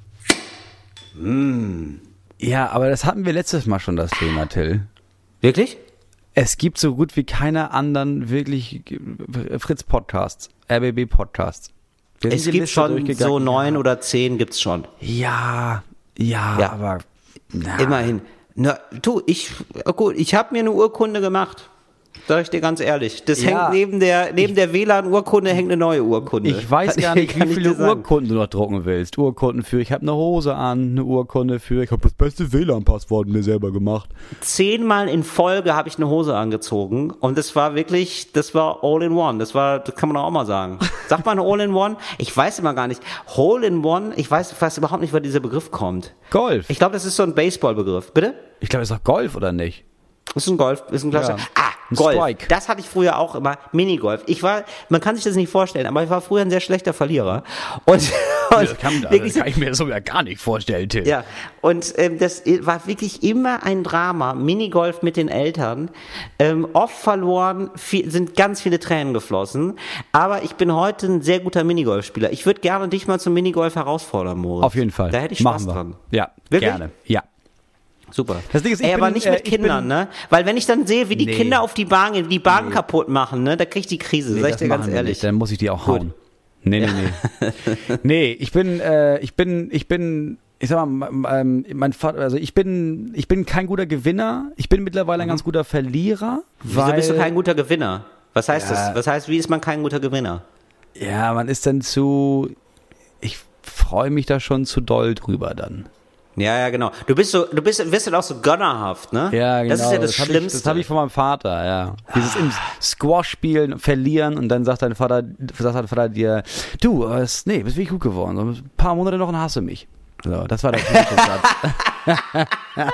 Ja, aber das hatten wir letztes Mal schon, das Thema, Till. Wirklich? Es gibt so gut wie keine anderen wirklich Fritz-Podcasts, R B B-Podcasts. Wir sind Es die gibt Liste schon durchgegangen. so neun oder zehn gibt's schon. Ja, ja, Ja. aber na, Immerhin. Na, du, ich, gut, ich habe mir eine Urkunde gemacht. Sag ich dir ganz ehrlich. Das Ja. hängt neben der, neben der W L A N-Urkunde hängt eine neue Urkunde. Ich weiß Kann gar ich- nicht, kann wie ich viele dir sagen. Urkunden du noch drucken willst. Urkunden für, ich habe eine Hose an, eine Urkunde für, ich habe das beste W L A N-Passwort mir selber gemacht. Zehnmal in Folge habe ich eine Hose angezogen und das war wirklich, das war all in one. Das war, das kann man auch mal sagen. Sagt man all in one? Ich weiß immer gar nicht. Hole in one, ich weiß fast überhaupt nicht, woher dieser Begriff kommt. Golf. Ich glaube, das ist so ein Baseball-Begriff. Bitte? Ich glaube, das ist doch Golf, oder nicht? Das ist ein Golf, ist ein klassischer. Ja. Ah, Ein Golf. Strike. Das hatte ich früher auch immer. Minigolf. Ich war, man kann sich das nicht vorstellen, aber ich war früher ein sehr schlechter Verlierer. Und, und Das kann, wirklich das kann ich mir sogar gar nicht vorstellen, Till. ja, und ähm, das war wirklich immer ein Drama. Minigolf mit den Eltern. Ähm, oft verloren, viel, sind ganz viele Tränen geflossen. Aber ich bin heute ein sehr guter Minigolfspieler. Ich würde gerne dich mal zum Minigolf herausfordern, Moritz. Auf jeden Fall. Da hätte ich Machen Spaß wir. dran. Ja, Wirklich? gerne. Ja. Super. Das Ding ist, ich Ey, aber bin, nicht äh, mit ich Kindern, bin- ne? Weil wenn ich dann sehe, wie die Nee. Kinder auf die Bahn gehen, die Bahn kaputt machen, ne, da krieg ich die Krise, Nee, sag ich das dir ganz machen wir ehrlich. Nicht. Dann muss ich die auch Gut. hauen. Nee, nee, nee. nee, ich bin, äh, ich bin, ich bin, ich sag mal, ähm, mein Vater, also ich bin, ich bin kein guter Gewinner. Ich bin mittlerweile ein ganz guter Verlierer. Wieso weil, bist du kein guter Gewinner? Was heißt Ja. das? Was heißt, wie ist man kein guter Gewinner? Ja, man ist dann zu, ich freue mich da schon zu doll drüber dann. Ja, ja, genau. Du bist so, du bist, wirst dann auch so gönnerhaft, ne? Ja, genau. Das ist ja das, hab Schlimmste. Ich, das habe ich von meinem Vater, ja. Dieses im Squash spielen, verlieren und dann sagt dein Vater, sagt dein Vater dir, du, es, nee, bist wirklich gut geworden. So ein paar Monate noch und hasse mich. So, das war der typische Satz.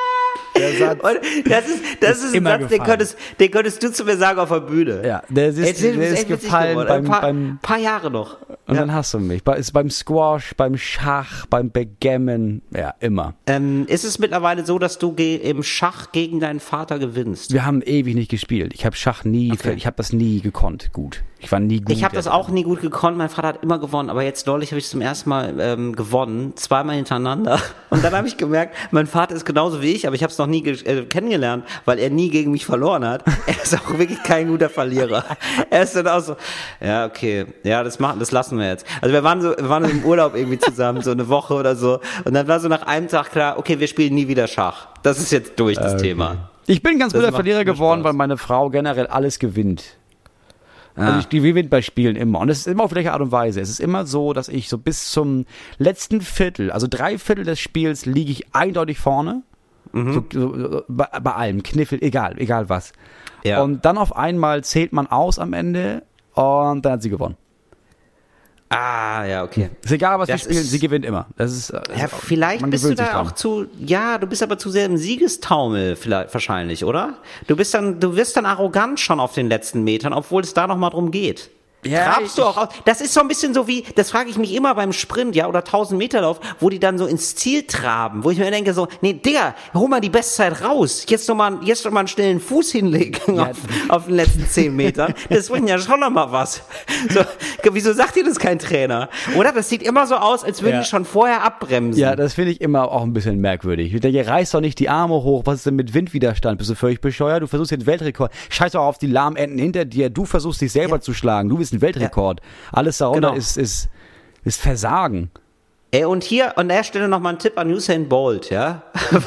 Der Satz. Und das ist, das ist ein immer Satz, den gefallen. könntest, den könntest du zu mir sagen auf der Bühne. Ja, der ist, Ey, das der ist ist echt witzig gefallen geworden. beim, ein paar, beim paar Jahre noch. Und ja. dann hast du mich. Bei, ist beim Squash, beim Schach, beim Backgammon, ja, immer. Ähm, ist es mittlerweile so, dass du ge- im Schach gegen deinen Vater gewinnst? Wir haben ewig nicht gespielt. Ich habe Schach nie, Okay. ich habe das nie gekonnt, gut. Ich war nie gut. Ich habe das auch nie gut gekonnt. Mein Vater hat immer gewonnen, aber jetzt neulich habe ich zum ersten Mal ähm, gewonnen, zweimal hintereinander. Und dann habe ich gemerkt, mein Vater ist genauso wie ich, aber ich habe es noch nie ge- äh, kennengelernt, weil er nie gegen mich verloren hat. Er ist auch wirklich kein guter Verlierer. Er ist dann auch so, ja okay, ja das machen, das lassen wir jetzt. Also wir waren so, wir waren im Urlaub irgendwie zusammen, so eine Woche oder so. Und dann war so nach einem Tag klar, okay, wir spielen nie wieder Schach. Das ist jetzt durch das okay. Thema. Ich bin ganz Das guter macht Verlierer mir geworden, Spaß. weil meine Frau generell alles gewinnt. Ah. Also ich, die gewinnt bei Spielen immer. Und es ist immer auf welche Art und Weise. Es ist immer so, dass ich so bis zum letzten Viertel, also drei Viertel des Spiels, liege ich eindeutig vorne. Mhm. So, so, bei, bei allem, Kniffel, egal, egal was. Ja. Und dann auf einmal zählt man aus am Ende und dann hat sie gewonnen. Ah, ja, okay. Ist egal, was Das wir spielen, ist- sie gewinnt immer. Das ist, das Ja, ist vielleicht man bist du gewöhnt sich da dran. auch zu, ja, du bist aber zu sehr im Siegestaumel vielleicht, wahrscheinlich, oder? Du bist dann, du wirst dann arrogant schon auf den letzten Metern, obwohl es da nochmal drum geht. Ja, Trabst du ich- auch aus? Das ist so ein bisschen so wie, das frage ich mich immer beim Sprint, ja, oder tausend Meter Lauf, wo die dann so ins Ziel traben, wo ich mir denke so, nee, Digga, hol mal die Bestzeit raus, jetzt noch mal, jetzt noch mal einen schnellen Fuß hinlegen Ja. auf, auf den letzten zehn Metern, das bringt ja schon noch mal was. So, wieso sagt dir das kein Trainer? Oder? Das sieht immer so aus, als würden Ja. die schon vorher abbremsen. Ja, das finde ich immer auch ein bisschen merkwürdig. Ich denke, reiß doch nicht die Arme hoch. Was ist denn mit Windwiderstand? Bist du völlig bescheuert? Du versuchst den Weltrekord. Scheiß doch auf die lahmen Enden hinter dir. Du versuchst dich selber Ja. zu schlagen. Du bist ein Weltrekord. Alles darunter Genau. ist, ist, ist Versagen. Ey, und hier an der Stelle nochmal ein Tipp an Usain Bolt, ja?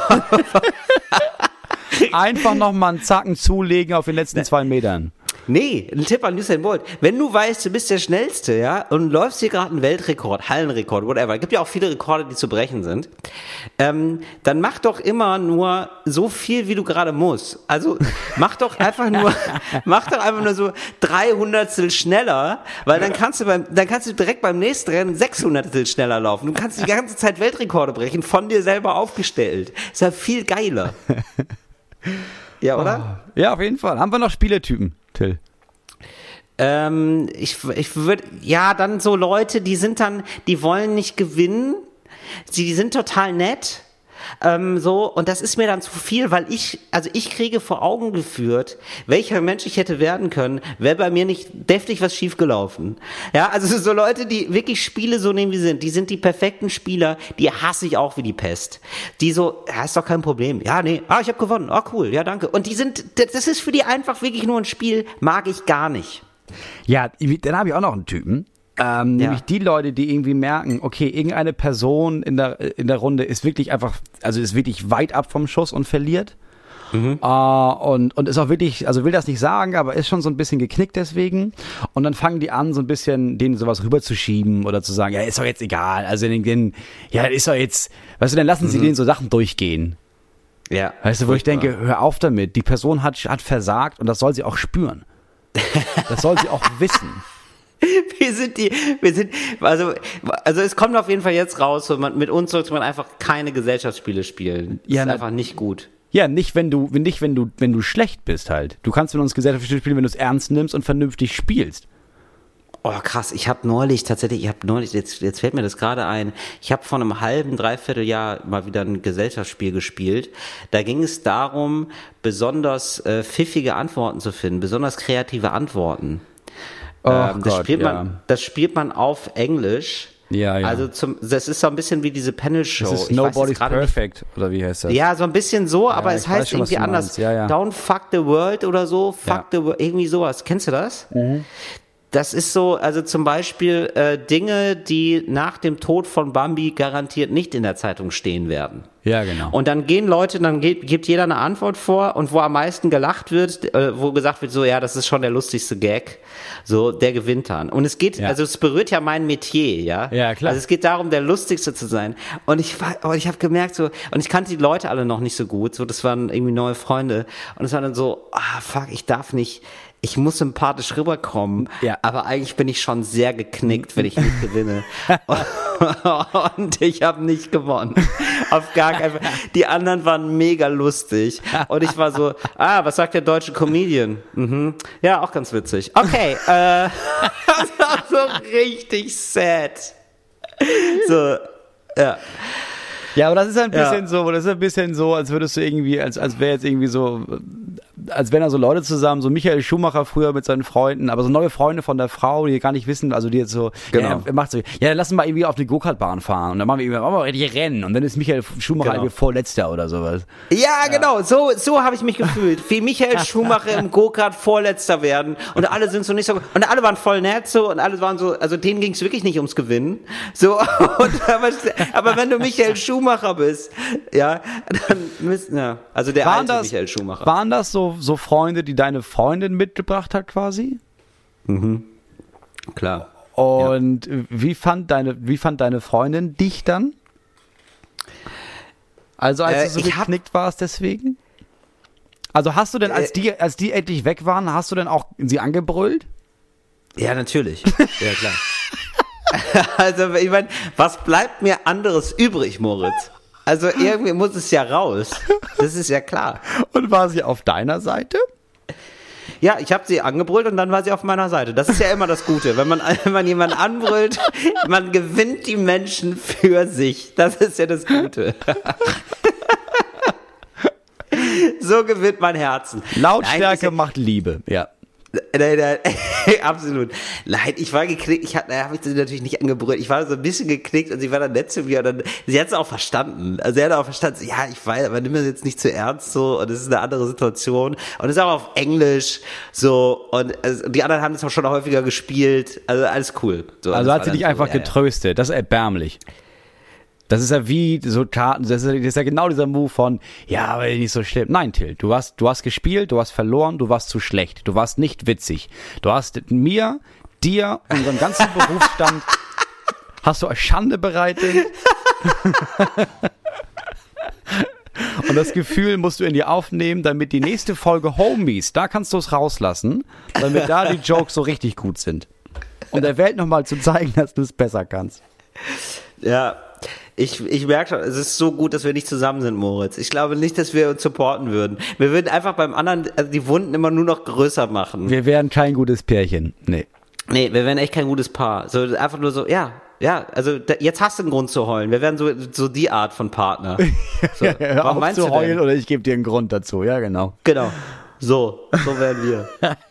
Einfach nochmal einen Zacken zulegen auf den letzten zwei Metern. Nee, ein Tipp an Usain Bolt. Wenn du weißt, du bist der Schnellste, ja, und läufst hier gerade einen Weltrekord, Hallenrekord, whatever, es gibt ja auch viele Rekorde, die zu brechen sind, ähm, dann mach doch immer nur so viel, wie du gerade musst. Also mach doch einfach nur, mach doch einfach nur so drei Hundertstel schneller, weil dann kannst du beim, dann kannst du direkt beim nächsten Rennen sechs Hundertstel schneller laufen. Du kannst die ganze Zeit Weltrekorde brechen, von dir selber aufgestellt. Ist ja viel geiler. Ja, oder? Ja, auf jeden Fall. Haben wir noch Spieletypen, Till? Ähm, ich ich würde, ja, dann so Leute, die sind dann, die wollen nicht gewinnen, sie die sind total nett, ähm, so, und das ist mir dann zu viel, weil ich, also ich kriege vor Augen geführt, welcher Mensch ich hätte werden können, wäre bei mir nicht deftig was schiefgelaufen. Ja, also so Leute, die wirklich Spiele so nehmen, wie sie sind, die sind die perfekten Spieler, die hasse ich auch wie die Pest. Die so, ja, ist doch kein Problem. Ja, nee, ah, ich habe gewonnen, ah, cool, ja, danke. Und die sind, das ist für die einfach wirklich nur ein Spiel, mag ich gar nicht. Ja, dann habe ich auch noch einen Typen. Ähm, Ja. Nämlich die Leute, die irgendwie merken, okay, irgendeine Person in der, in der Runde ist wirklich einfach, also ist wirklich weit ab vom Schuss und verliert. Mhm. Äh, und, und ist auch wirklich, also will das nicht sagen, aber ist schon so ein bisschen geknickt deswegen. Und dann fangen die an, so ein bisschen denen sowas rüberzuschieben oder zu sagen, ja, ist doch jetzt egal. Also den, den ja, ist doch jetzt, weißt du, dann lassen sie Mhm. denen so Sachen durchgehen. Ja. Weißt du, wo ich furchtbar. denke, hör auf damit. Die Person hat, hat versagt und das soll sie auch spüren. Das soll sie auch wissen. Wir sind die, wir sind, also, also es kommt auf jeden Fall jetzt raus, so man, mit uns sollte man einfach keine Gesellschaftsspiele spielen. Das Ja, ist na- einfach nicht gut. Ja, nicht wenn du, wenn nicht wenn du, wenn du schlecht bist halt. Du kannst mit uns Gesellschaftsspiele spielen, wenn du es ernst nimmst und vernünftig spielst. Oh krass, ich habe neulich tatsächlich, ich habe neulich, jetzt, jetzt fällt mir das gerade ein, ich habe vor einem halben, dreiviertel Jahr mal wieder ein Gesellschaftsspiel gespielt. Da ging es darum, besonders äh, pfiffige Antworten zu finden, besonders kreative Antworten. Oh ähm, das Gott, spielt ja. man, das spielt man auf Englisch. Ja, ja. Also zum, das ist so ein bisschen wie diese Panel-Show. Das ist Ich weiß jetzt Nobody's gerade nicht, Perfect, oder wie heißt das? ja, so ein bisschen so, aber es ich weiß heißt schon, was irgendwie du anders. meinst. Ja, ja. Don't fuck the world oder so, fuck Ja. the world, irgendwie sowas. Kennst du das? Das ist so, also zum Beispiel äh, Dinge, die nach dem Tod von Bambi garantiert nicht in der Zeitung stehen werden. Ja, genau. Und dann gehen Leute, dann geht, gibt jeder eine Antwort vor und wo am meisten gelacht wird, äh, wo gesagt wird, so, ja, das ist schon der lustigste Gag, so, der gewinnt dann. Und es geht, Ja. also es berührt ja mein Metier, ja? Ja, klar. Also es geht darum, der lustigste zu sein. Und ich war, oh, ich habe gemerkt, so, und ich kannte die Leute alle noch nicht so gut, so, das waren irgendwie neue Freunde. Und es war dann so, ah, fuck, ich darf nicht, ich muss sympathisch rüberkommen, Ja. aber eigentlich bin ich schon sehr geknickt, wenn ich nicht gewinne. Und ich habe nicht gewonnen. Auf gar keinen Fall. Die anderen waren mega lustig. Und ich war so, ah, was sagt der deutsche Comedian? Mhm. Ja, auch ganz witzig. Okay, äh, das war so richtig sad. So, ja. Ja, aber das ist ein bisschen ja. so, das ist ein bisschen so, als würdest du irgendwie, als, als wäre jetzt irgendwie so, als wären da so Leute zusammen, so Michael Schumacher früher mit seinen Freunden, aber so neue Freunde von der Frau, die gar nicht wissen, also die jetzt so, genau. ja, er macht so, ja, dann lassen wir irgendwie auf die Go-Kart-Bahn fahren und dann machen wir irgendwie, machen wir richtig Rennen und dann ist Michael Schumacher genau. irgendwie Vorletzter oder sowas. Ja, genau, ja. so, so habe ich mich gefühlt, wie Michael Schumacher im Go-Kart Vorletzter werden und alle sind so nicht so, und alle waren voll nett so und alle waren so, also denen ging es wirklich nicht ums Gewinnen, so, und, aber, aber wenn du Michael Schumacher bist, ja, dann müssen, ja, also der waren alte das, Michael Schumacher. Waren das so, so Freunde, die deine Freundin mitgebracht hat quasi? Mhm. Klar. Und ja. wie fand deine, wie fand deine Freundin dich dann? Also als äh, du so geknickt hab, warst deswegen? Also hast du denn, als äh, die, als die endlich weg waren, hast du denn auch sie angebrüllt? Ja, natürlich. Ja, klar. Also, ich meine, was bleibt mir anderes übrig, Moritz? Also, irgendwie muss es ja raus. Das ist ja klar. Und war sie auf deiner Seite? Ja, ich habe sie angebrüllt und dann war sie auf meiner Seite. Das ist ja immer das Gute. Wenn man, wenn man jemanden anbrüllt, man gewinnt die Menschen für sich. Das ist ja das Gute. So gewinnt man Herzen. Lautstärke Nein, macht Liebe, ja. Nein, nein, absolut. Nein, ich war geknickt, ich habe hab ich sie natürlich nicht angebrüllt. Ich war so ein bisschen geknickt und sie war dann nett zu mir und dann, sie hat es auch verstanden. Also sie hat auch verstanden, ja, ich weiß, aber nimm das jetzt nicht zu ernst so und es ist eine andere Situation und es ist auch auf Englisch so und also, die anderen haben es auch schon häufiger gespielt, also alles cool. So, also hat sie dich so, einfach ja, getröstet, das ist erbärmlich. Das ist ja wie so Karten, das ist, das ist ja genau dieser Move von, ja, aber nicht so schlimm. Nein, Till, du hast, du hast gespielt, du hast verloren, du warst zu schlecht, du warst nicht witzig. Du hast mir, dir, unserem ganzen Berufsstand, hast du eine Schande bereitet. Und das Gefühl musst du in dir aufnehmen, damit die nächste Folge Homies, da kannst du es rauslassen, damit da die Jokes so richtig gut sind. Um der Welt nochmal zu zeigen, dass du es besser kannst. Ja. Ich, ich merke schon, es ist so gut, dass wir nicht zusammen sind, Moritz. Ich glaube nicht, dass wir uns supporten würden. Wir würden einfach beim anderen also die Wunden immer nur noch größer machen. Wir wären kein gutes Pärchen. Nee. Nee, wir wären echt kein gutes Paar. So einfach nur so, ja, ja, also da, jetzt hast du einen Grund zu heulen. Wir wären so, so die Art von Partner. So, ja, hör auf meinst zu du heulen denn? Oder ich gebe dir einen Grund dazu. Ja, genau. Genau. So, so wären wir.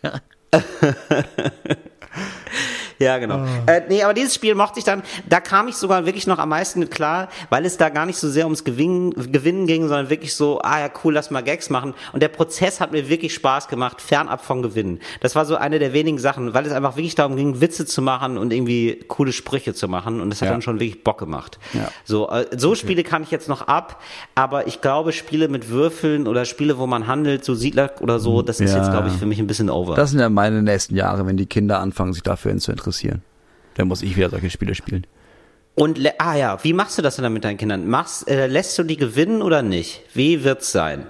Ja, genau. Oh. Äh, nee, aber dieses Spiel mochte ich dann, da kam ich sogar wirklich noch am meisten mit klar, weil es da gar nicht so sehr ums Gewinnen, Gewinnen ging, sondern wirklich so, ah ja, cool, lass mal Gags machen. Und der Prozess hat mir wirklich Spaß gemacht, fernab von Gewinnen. Das war so eine der wenigen Sachen, weil es einfach wirklich darum ging, Witze zu machen und irgendwie coole Sprüche zu machen. Und das hat ja. dann schon wirklich Bock gemacht. Ja. So, äh, so okay. Spiele kann ich jetzt noch ab, aber ich glaube, Spiele mit Würfeln oder Spiele, wo man handelt, so Siedler oder so, das ist ja. jetzt, glaube ich, für mich ein bisschen over. Das sind ja meine nächsten Jahre, wenn die Kinder anfangen, sich dafür zu interessieren. Dann muss ich wieder solche Spiele spielen. Und, ah ja, wie machst du das denn dann mit deinen Kindern? Machst, äh, lässt du die gewinnen oder nicht? Wie wird's sein?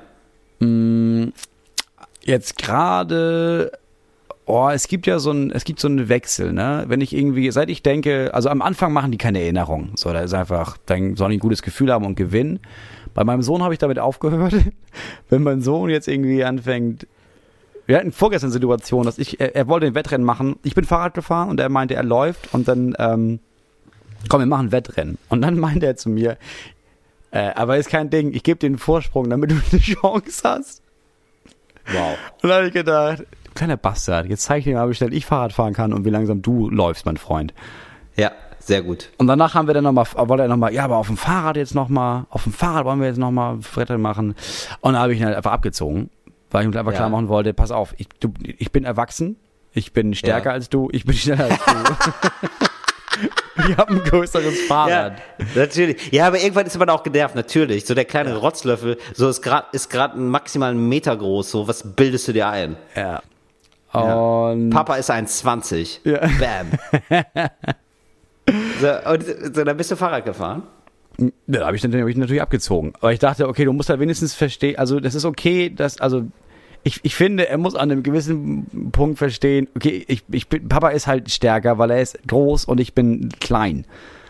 Jetzt gerade, oh, es gibt ja so ein, es gibt so einen Wechsel, ne? Wenn ich irgendwie, seit ich denke, also am Anfang machen die keine Erinnerung. So, da ist einfach, dann sollen die ein gutes Gefühl haben und gewinnen. Bei meinem Sohn habe ich damit aufgehört. Wenn mein Sohn jetzt irgendwie anfängt, wir hatten vorgestern eine Situation, dass ich, er, er wollte ein Wettrennen machen. Ich bin Fahrrad gefahren und er meinte, er läuft und dann, ähm, komm, wir machen ein Wettrennen. Und dann meinte er zu mir, äh, aber ist kein Ding, ich gebe dir einen Vorsprung, damit du eine Chance hast. Wow. Und dann habe ich gedacht, kleiner Bastard, jetzt zeige ich dir mal, wie schnell ich Fahrrad fahren kann und wie langsam du läufst, mein Freund. Ja, sehr gut. Und danach haben wir dann nochmal, wollte er nochmal, ja, aber auf dem Fahrrad jetzt nochmal, auf dem Fahrrad wollen wir jetzt nochmal Wettrennen machen. Und dann habe ich ihn halt einfach abgezogen. Weil ich ihm einfach ja. klar machen wollte, pass auf, ich, du, ich bin erwachsen, ich bin stärker ja. als du, ich bin schneller als du. Ich habe ein größeres Fahrrad. Ja, natürlich. Ja, aber irgendwann ist man auch genervt, natürlich. So der kleine ja. Rotzlöffel, so ist gerade ist gerade maximal einen Meter groß, so was bildest du dir ein? Ja. Und ja. Papa ist eins zwanzig. Ja. Bam. so, und so, dann bist du Fahrrad gefahren? Da habe ich, hab ich natürlich abgezogen. Aber ich dachte, okay, du musst halt wenigstens verstehen, also das ist okay, dass, also ich, ich finde, er muss an einem gewissen Punkt verstehen, okay, ich, ich bin, Papa ist halt stärker, weil er ist groß und ich bin klein.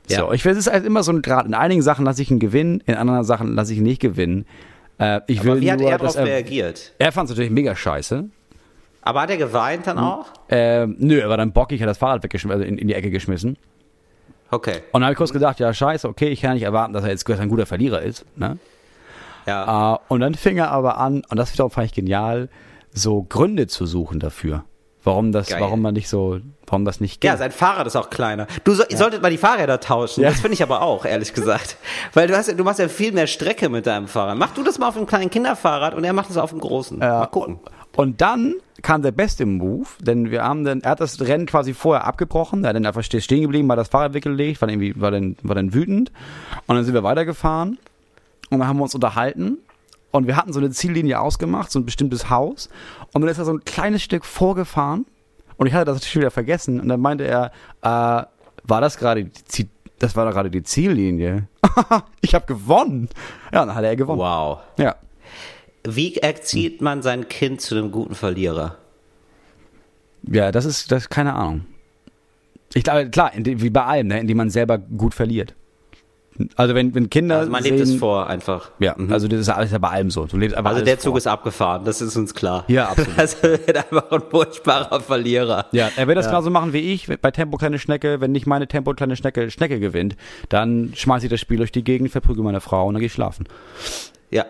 Ja. So, ich weiß, es ist halt immer so ein Grad. In einigen Sachen lasse ich ihn gewinnen, in anderen Sachen lasse ich ihn nicht gewinnen. Äh, ich Aber will wie hat nur, er darauf er, reagiert? Er fand es natürlich mega scheiße. Aber hat er geweint dann auch? Äh, nö, er war dann bockig, hat das Fahrrad weggeschmissen, also in, in die Ecke geschmissen. Okay. Und dann habe ich kurz gedacht, ja scheiße, okay, ich kann nicht erwarten, dass er jetzt ein guter Verlierer ist. Ne? Ja. Uh, und dann fing er aber an, und das wiederum fand ich genial, so Gründe zu suchen dafür. Warum das, Geil. warum man nicht so, warum das nicht geht. Ja, sein Fahrrad ist auch kleiner. Du so, ja. solltet mal die Fahrräder tauschen. Ja. Das finde ich aber auch, ehrlich gesagt. Weil du hast, du machst ja viel mehr Strecke mit deinem Fahrrad. Mach du das mal auf einem kleinen Kinderfahrrad und er macht das auf dem großen. Ja. Mal gucken. Und dann kam der beste Move, denn wir haben dann, er hat das Rennen quasi vorher abgebrochen, er hat dann einfach stehen geblieben, mal das Fahrrad weggelegt, war irgendwie, war dann, war dann wütend. Und dann sind wir weitergefahren und dann haben wir uns unterhalten. Und wir hatten so eine Ziellinie ausgemacht, so ein bestimmtes Haus. Und dann ist er so ein kleines Stück vorgefahren. Und ich hatte das natürlich wieder vergessen. Und dann meinte er, äh, war das gerade die Ziel, das war doch gerade die Ziellinie. Ich habe gewonnen. Ja, dann hat er gewonnen. Wow. Ja. Wie erzieht man sein Kind zu einem guten Verlierer? Ja, das ist, das ist keine Ahnung. Ich glaube, klar, wie bei allem, ne, indem man selber gut verliert. Also wenn, wenn Kinder Also man sehen, lebt es vor einfach. Ja, mhm. also das ist alles ja bei allem so. Du lebst einfach also der Zug vor. ist abgefahren, das ist uns klar. Ja, absolut. Also er wird einfach ein furchtbarer Verlierer. Ja, er wird das ja. genauso machen wie ich bei Tempo kleine Schnecke. Wenn nicht meine Tempo kleine Schnecke Schnecke gewinnt, dann schmeiße ich das Spiel durch die Gegend, verprügel meine Frau und dann gehe ich schlafen. Ja.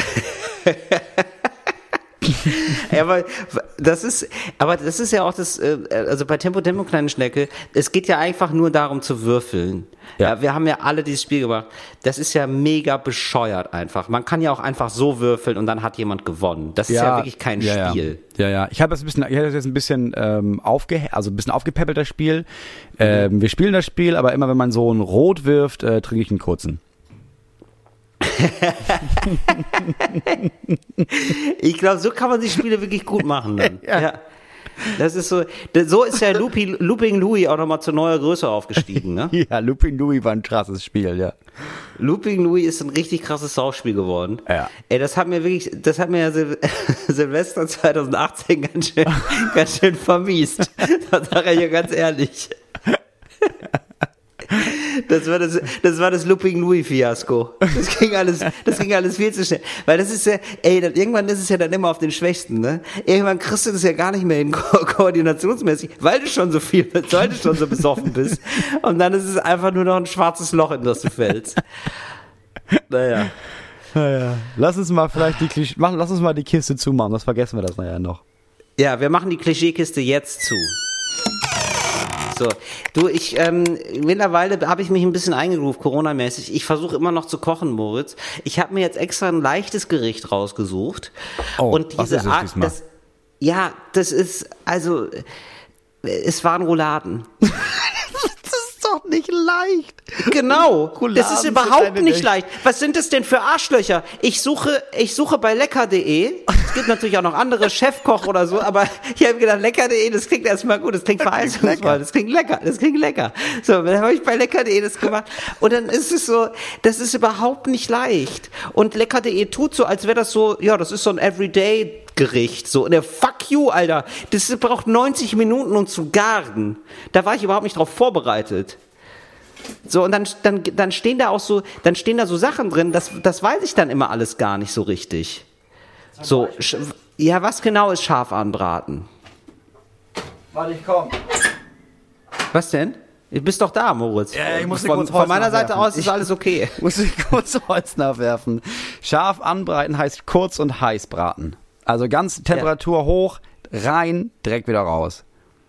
Ja, aber das ist, aber das ist ja auch das, also bei Tempo Tempo kleine Schnecke, es geht ja einfach nur darum zu würfeln. Ja. Ja, wir haben ja alle dieses Spiel gemacht. Das ist ja mega bescheuert einfach. Man kann ja auch einfach so würfeln und dann hat jemand gewonnen. Das ist ja, ja wirklich kein ja, Spiel. Ja, ja. ja. Ich habe das ein bisschen, ich habe das jetzt ein bisschen ähm, aufge, also ein bisschen aufgepäppelt das Spiel. Ähm, mhm. Wir spielen das Spiel, aber immer wenn man so ein Rot wirft, äh, trinke ich einen kurzen. Ich glaube, so kann man die Spiele wirklich gut machen dann. Ja. Ja. Das ist so, so ist ja Loopy, Looping Louis auch nochmal zu neuer Größe aufgestiegen, ne? Ja, Looping Louis war ein krasses Spiel, ja. Looping Louis ist ein richtig krasses Sauspiel geworden. Ja. Ey, das hat mir wirklich, das hat mir ja Sil- Silvester zwanzig achtzehn ganz schön, ganz schön vermiest. Das sage ich ja ganz ehrlich. Das war das, das war das Looping Louis Fiasko. Das ging alles, das ging alles viel zu schnell. Weil das ist ja, ey, dann, irgendwann ist es ja dann immer auf den Schwächsten, ne? Irgendwann kriegst du das ja gar nicht mehr hin, ko- koordinationsmäßig, weil du schon so viel, weil du schon so besoffen bist. Und dann ist es einfach nur noch ein schwarzes Loch, in das du fällst. Naja. Naja. Lass uns mal vielleicht die Klisch- machen, lass uns mal die Kiste zumachen, das vergessen wir das nachher noch. Ja, wir machen die Klischeekiste jetzt zu. So, du, ich, ähm, mittlerweile habe ich mich ein bisschen eingegroovt, Corona-mäßig. Ich versuche immer noch zu kochen, Moritz. Ich habe mir jetzt extra ein leichtes Gericht rausgesucht. Oh, und diese was ist das Art, diesmal? das, ja, das ist, also, es waren Rouladen. Doch nicht leicht. Genau, Rouladen das ist sind überhaupt eine nicht Echt. leicht. Was sind das denn für Arschlöcher? Ich suche, ich suche bei lecker punkt de. Es gibt natürlich auch noch andere, Chefkoch oder so, aber ich habe gedacht, lecker punkt de, das klingt erstmal gut, das klingt verheißungsvoll, das klingt lecker, das klingt lecker. So, dann habe ich bei lecker punkt de das gemacht und dann ist es so, das ist überhaupt nicht leicht. Und lecker punkt de tut so, als wäre das so, ja, das ist so ein Everyday Gericht, so, und der fuck you, Alter, das braucht neunzig Minuten, um zu garen. Da war ich überhaupt nicht drauf vorbereitet. So, und dann, dann, dann stehen da auch so, dann stehen da so Sachen drin, das, das weiß ich dann immer alles gar nicht so richtig. So, sch- ja, was genau ist scharf anbraten? Warte, ich komm. Was denn? Du bist doch da, Moritz. Ja, ich muss von, kurz von Holz meiner Seite nachwerfen. aus ist alles okay. Muss ich kurz Holz nachwerfen. Scharf anbraten heißt kurz und heiß braten. Also ganz Temperatur ja. hoch, rein, direkt wieder raus.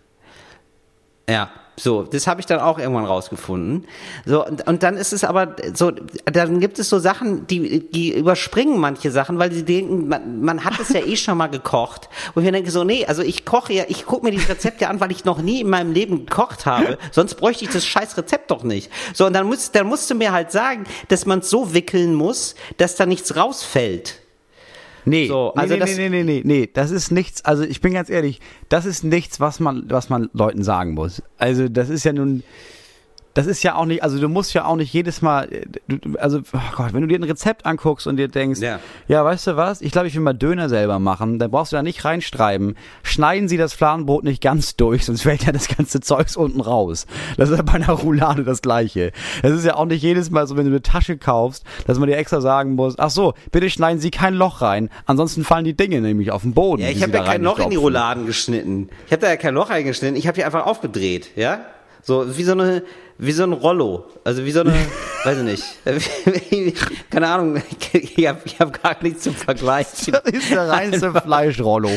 Ja, so, das habe ich dann auch irgendwann rausgefunden. So, und, und dann ist es aber so, dann gibt es so Sachen, die, die überspringen manche Sachen, weil sie denken, man, man hat es ja eh schon mal gekocht. Und ich denke so, nee, also ich koche ja, ich gucke mir die Rezepte an, weil ich noch nie in meinem Leben gekocht habe. Sonst bräuchte ich das scheiß Rezept doch nicht. So, und dann muss, dann musst du mir halt sagen, dass man es so wickeln muss, dass da nichts rausfällt. Nee, so, also nee, das, nee, nee, nee, nee, das ist nichts, also ich bin ganz ehrlich, das ist nichts, was man, was man Leuten sagen muss. Also das ist ja nun, das ist ja auch nicht, also du musst ja auch nicht jedes Mal, also oh Gott, wenn du dir ein Rezept anguckst und dir denkst, ja, ja weißt du was, ich glaube, ich will mal Döner selber machen, dann brauchst du da nicht reinschreiben, schneiden Sie das Fladenbrot nicht ganz durch, sonst fällt ja das ganze Zeugs unten raus. Das ist ja bei einer Roulade das Gleiche. Das ist ja auch nicht jedes Mal so, wenn du eine Tasche kaufst, dass man dir extra sagen muss, ach so, bitte schneiden Sie kein Loch rein, ansonsten fallen die Dinge nämlich auf den Boden. Ja, ich habe ja kein Loch in die Rouladen geschnitten. Ich habe da ja kein Loch reingeschnitten, ich habe die einfach aufgedreht, ja? So, wie so eine, wie so ein Rollo. Also wie so eine, weiß ich nicht. Keine Ahnung, ich habe ich hab gar nichts zum Vergleich. Das ist der reinste Fleischrollo.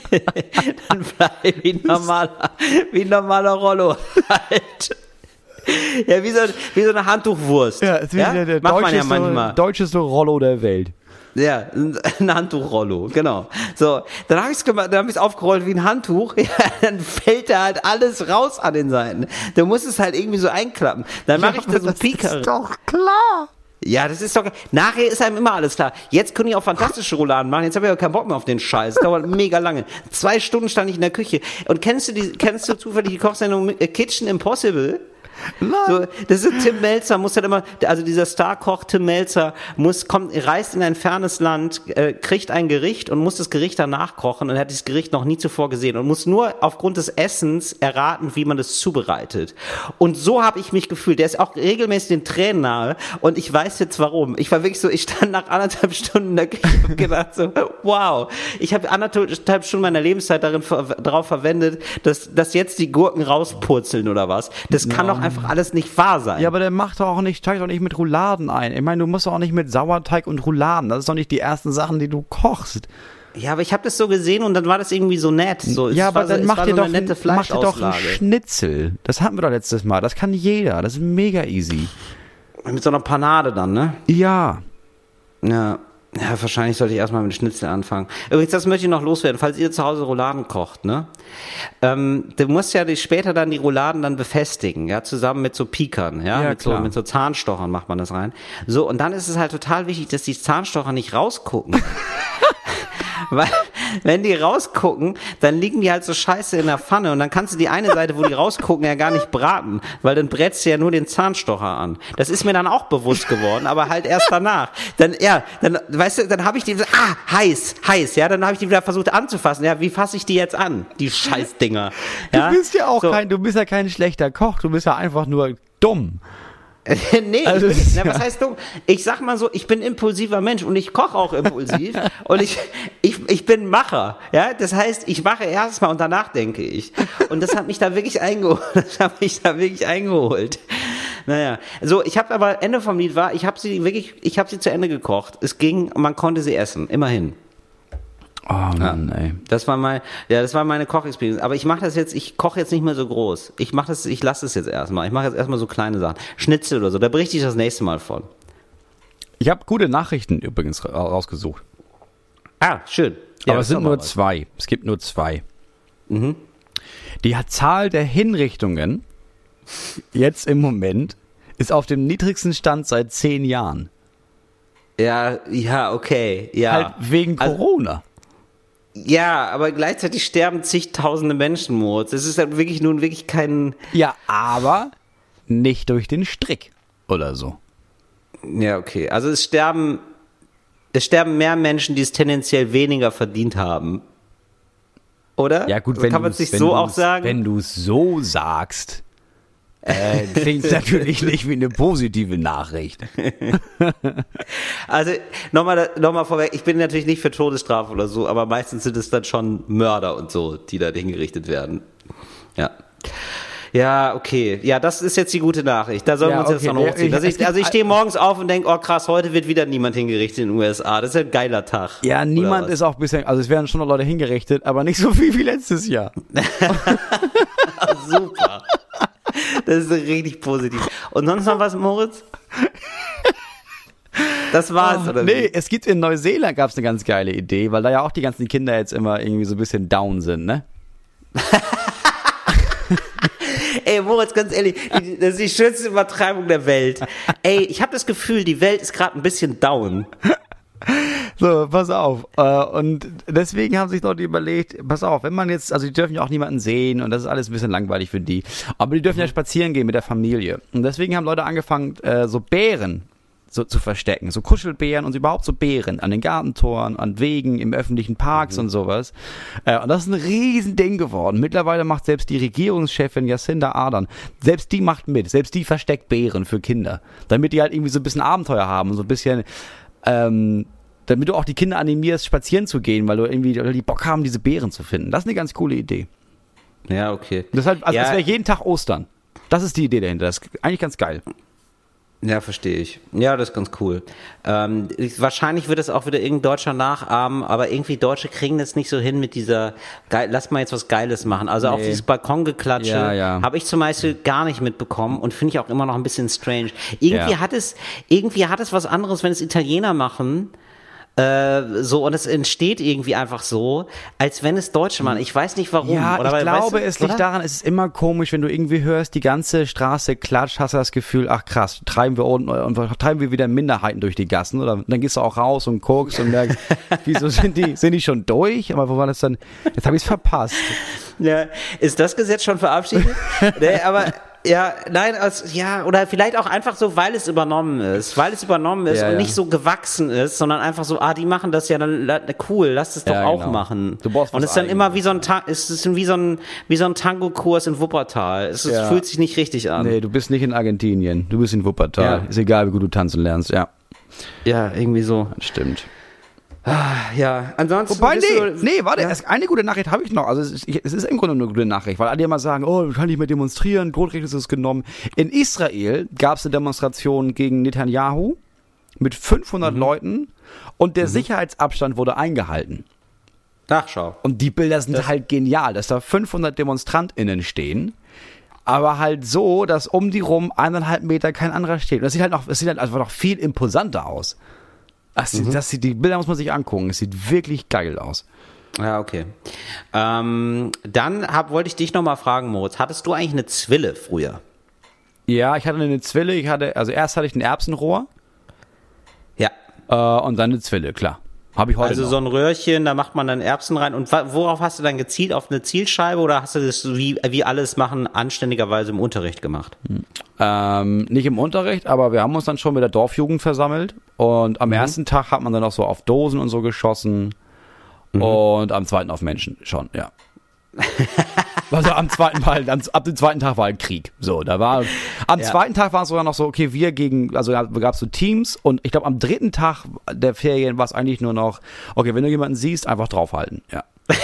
Dann bleib wie ein normaler, wie ein normaler Rollo halt. Ja, wie so, wie so eine Handtuchwurst. Ja, ist wie ja? Der, der Macht man ja manchmal. Deutscheste Rollo der Welt. Ja, ein Handtuchrollo, genau. So, dann habe ich es gemacht, dann habe ich es aufgerollt wie ein Handtuch. Ja, dann fällt da halt alles raus an den Seiten. Du musst es halt irgendwie so einklappen. Dann mache ja, ich da so einen Pieker. Das ist doch klar. Ja, das ist doch, nachher ist einem immer alles klar. Jetzt können ich auch fantastische Rouladen machen. Jetzt habe ich aber keinen Bock mehr auf den Scheiß. Das dauert mega lange. Zwei Stunden stand ich in der Küche. Und kennst du die, kennst du zufällig die Kochsendung Kitchen Impossible? So, das ist Tim Melzer, muss halt immer, also dieser Starkoch Tim Melzer muss, kommt, reist in ein fernes Land, äh, kriegt ein Gericht und muss das Gericht danach kochen und hat dieses Gericht noch nie zuvor gesehen und muss nur aufgrund des Essens erraten, wie man das zubereitet. Und so habe ich mich gefühlt. Der ist auch regelmäßig den Tränen nahe und ich weiß jetzt warum. Ich war wirklich so, ich stand nach anderthalb Stunden in der Küche und gedacht so, wow, ich habe anderthalb Stunden meiner Lebenszeit darin darauf verwendet, dass, dass jetzt die Gurken rauspurzeln oder was. Das kann doch einfach alles nicht wahr sein. Ja, aber der macht doch auch nicht, steigt doch nicht mit Rouladen ein. Ich meine, du musst doch auch nicht mit Sauerteig und Rouladen. Das ist doch nicht die ersten Sachen, die du kochst. Ja, aber ich habe das so gesehen und dann war das irgendwie so nett. So, ja, aber dann so, mach dir so doch, ein, mach dir doch einen Schnitzel. Das hatten wir doch letztes Mal. Das kann jeder. Das ist mega easy. Mit so einer Panade dann, ne? Ja. Ja. Ja, wahrscheinlich sollte ich erstmal mit Schnitzel anfangen. Übrigens, das möchte ich noch loswerden, falls ihr zu Hause Rouladen kocht, ne? Ähm, du musst ja die, später dann die Rouladen dann befestigen, ja, zusammen mit so Pikern, ja, ja mit, so, mit so Zahnstochern macht man das rein. So, und dann ist es halt total wichtig, dass die Zahnstocher nicht rausgucken. Weil, wenn die rausgucken, dann liegen die halt so scheiße in der Pfanne und dann kannst du die eine Seite, wo die rausgucken, ja gar nicht braten, weil dann brätst du ja nur den Zahnstocher an. Das ist mir dann auch bewusst geworden, aber halt erst danach. Dann, ja, dann, weißt du, dann habe ich die, ah, heiß, heiß, ja, dann habe ich die wieder versucht anzufassen. Ja, wie fasse ich die jetzt an, die Scheißdinger? Ja? Du bist ja auch so. kein, du bist ja kein schlechter Koch, du bist ja einfach nur dumm. nee, also, ich bin, na, was heißt dumm? Ich sag mal so, ich bin impulsiver Mensch und ich koche auch impulsiv und ich, ich, ich bin Macher, ja, das heißt, ich mache erstmal und danach denke ich und das hat mich da wirklich eingeholt, das hat mich da wirklich eingeholt. Naja, so, ich habe aber, Ende vom Lied war, ich habe sie wirklich, ich habe sie zu Ende gekocht, es ging, man konnte sie essen, immerhin. Oh Mann, ja, ey. Das war mein, ja, das war meine Kochexperience. Aber ich mache das jetzt, ich koche jetzt nicht mehr so groß. Ich mache das, ich lasse es jetzt erstmal. Ich mache jetzt erstmal so kleine Sachen. Schnitzel oder so, da berichte ich das nächste Mal von. Ich habe gute Nachrichten übrigens rausgesucht. Ah, schön. Ja, aber es sind nur was. zwei. Es gibt nur zwei. Mhm. Die Zahl der Hinrichtungen jetzt im Moment ist auf dem niedrigsten Stand seit zehn Jahren. Ja, ja, okay, ja. Halt wegen Corona. Also, ja, aber gleichzeitig sterben zigtausende Menschen, Moritz. Das ist halt wirklich nun wirklich kein... Ja, aber nicht durch den Strick oder so. Ja, okay. Also es sterben, es sterben mehr Menschen, die es tendenziell weniger verdient haben. Oder? Ja gut, wenn kann man es nicht so auch sagen? Wenn du es so sagst, äh, klingt es natürlich nicht wie eine positive Nachricht. Also nochmal noch mal vorweg, ich bin natürlich nicht für Todesstrafe oder so, aber meistens sind es dann schon Mörder und so, die da hingerichtet werden. Ja. Ja, okay. Ja, das ist jetzt die gute Nachricht. Da sollen ja, wir uns okay. jetzt noch hochziehen. Also ich, also ich stehe morgens auf und denke, oh krass, heute wird wieder niemand hingerichtet in den U S A. Das ist ein geiler Tag. Ja, niemand ist auch bisher, also es werden schon noch Leute hingerichtet, aber nicht so viel wie letztes Jahr. Super. Das ist richtig positiv. Und sonst noch was, Moritz? Das war's, oh, oder nee, wie? es gibt in Neuseeland gab's eine ganz geile Idee, weil da ja auch die ganzen Kinder jetzt immer irgendwie so ein bisschen down sind, ne? Ey, Moritz, ganz ehrlich, das ist die schönste Übertreibung der Welt. Ey, ich habe das Gefühl, die Welt ist gerade ein bisschen down. So, pass auf. Und deswegen haben sich Leute überlegt, pass auf, wenn man jetzt, also die dürfen ja auch niemanden sehen und das ist alles ein bisschen langweilig für die, aber die dürfen ja spazieren gehen mit der Familie. Und deswegen haben Leute angefangen, so Bären so zu verstecken, so Kuschelbären und überhaupt so Bären an den Gartentoren, an Wegen, im öffentlichen Parks mhm. und sowas. Und das ist ein Riesending geworden. Mittlerweile macht selbst die Regierungschefin Jacinda Ardern, selbst die macht mit, selbst die versteckt Bären für Kinder, damit die halt irgendwie so ein bisschen Abenteuer haben und so ein bisschen, ähm, damit du auch die Kinder animierst, spazieren zu gehen, weil du irgendwie weil die Bock haben, diese Bären zu finden. Das ist eine ganz coole Idee. Ja, okay. Das, halt, also ja. das wäre jeden Tag Ostern. Das ist die Idee dahinter. Das ist eigentlich ganz geil. Ja, verstehe ich. Ja, das ist ganz cool. Ähm, ich, wahrscheinlich wird es auch wieder irgendein Deutscher nachahmen, aber irgendwie Deutsche kriegen das nicht so hin mit dieser, geil, lass mal jetzt was Geiles machen. Also nee. Auch dieses Balkongeklatsche ja, ja. habe ich zum Beispiel gar nicht mitbekommen und finde ich auch immer noch ein bisschen strange. Irgendwie ja. hat es, irgendwie hat es was anderes, wenn es Italiener machen. Äh, so, und es entsteht irgendwie einfach so, als wenn es Deutsche machen. Ich weiß nicht warum. Ja, oder ich weil, glaube, weißt du, es liegt oder? daran, es ist immer komisch, wenn du irgendwie hörst, die ganze Straße klatscht, hast du das Gefühl, ach krass, treiben wir unten, und treiben wir wieder Minderheiten durch die Gassen, oder dann gehst du auch raus und guckst und merkst, wieso sind die, sind die schon durch? Aber wo war das dann? Jetzt habe ich es verpasst. Ja, ist das Gesetz schon verabschiedet? Nee, aber ja, nein, also, ja, oder vielleicht auch einfach so, weil es übernommen ist, weil es übernommen ist ja, und ja. nicht so gewachsen ist, sondern einfach so, ah, die machen das ja dann cool, lass es doch ja, auch genau. machen. Du brauchst was und es ist dann Eigenes. immer wie so ein Ta- es ist wie so ein wie so ein Tango-Kurs in Wuppertal. Es, Ja. es fühlt sich nicht richtig an. Nee, du bist nicht in Argentinien, du bist in Wuppertal. Ja. Ist egal, wie gut du tanzen lernst, ja. Ja, irgendwie so. Das stimmt. Ja, ansonsten. Wobei, bist nee, du, nee, warte, ja. erst eine gute Nachricht habe ich noch. Also es ist, es ist im Grunde eine gute Nachricht, weil alle immer sagen, oh, du kannst nicht mehr demonstrieren, Grundrecht ist genommen. In Israel gab es eine Demonstration gegen Netanyahu mit fünfhundert Mhm. Leuten und der Mhm. Sicherheitsabstand wurde eingehalten. Nachschau. Und die Bilder sind Das- halt genial, dass da fünfhundert DemonstrantInnen stehen, aber halt so, dass um die rum eineinhalb Meter kein anderer steht. Und das sieht halt noch, das sieht halt einfach noch viel imposanter aus. Das, Mhm. das sieht, die Bilder muss man sich angucken. Es sieht wirklich geil aus. Ja, okay. Ähm, dann hab, wollte ich dich nochmal fragen, Moritz, hattest du eigentlich eine Zwille früher? Ja, ich hatte eine Zwille. Ich hatte, also erst hatte ich ein Erbsenrohr Ja. äh, und dann eine Zwille, klar. Habe ich heute Also noch. so ein Röhrchen, da macht man dann Erbsen rein. Und wa- worauf hast du dann gezielt? Auf eine Zielscheibe oder hast du das, wie, wie alles machen, anständigerweise im Unterricht gemacht? Ähm, nicht im Unterricht, aber wir haben uns dann schon mit der Dorfjugend versammelt und am Mhm. ersten Tag hat man dann auch so auf Dosen und so geschossen Mhm. und am zweiten auf Menschen schon, ja. Also am zweiten Mal, dann, ab dem zweiten Tag war halt Krieg. So, da war, am Ja. zweiten Tag war es sogar noch so, okay, wir gegen, also da gab es so Teams und ich glaube am dritten Tag der Ferien war es eigentlich nur noch, okay, wenn du jemanden siehst, einfach draufhalten, ja.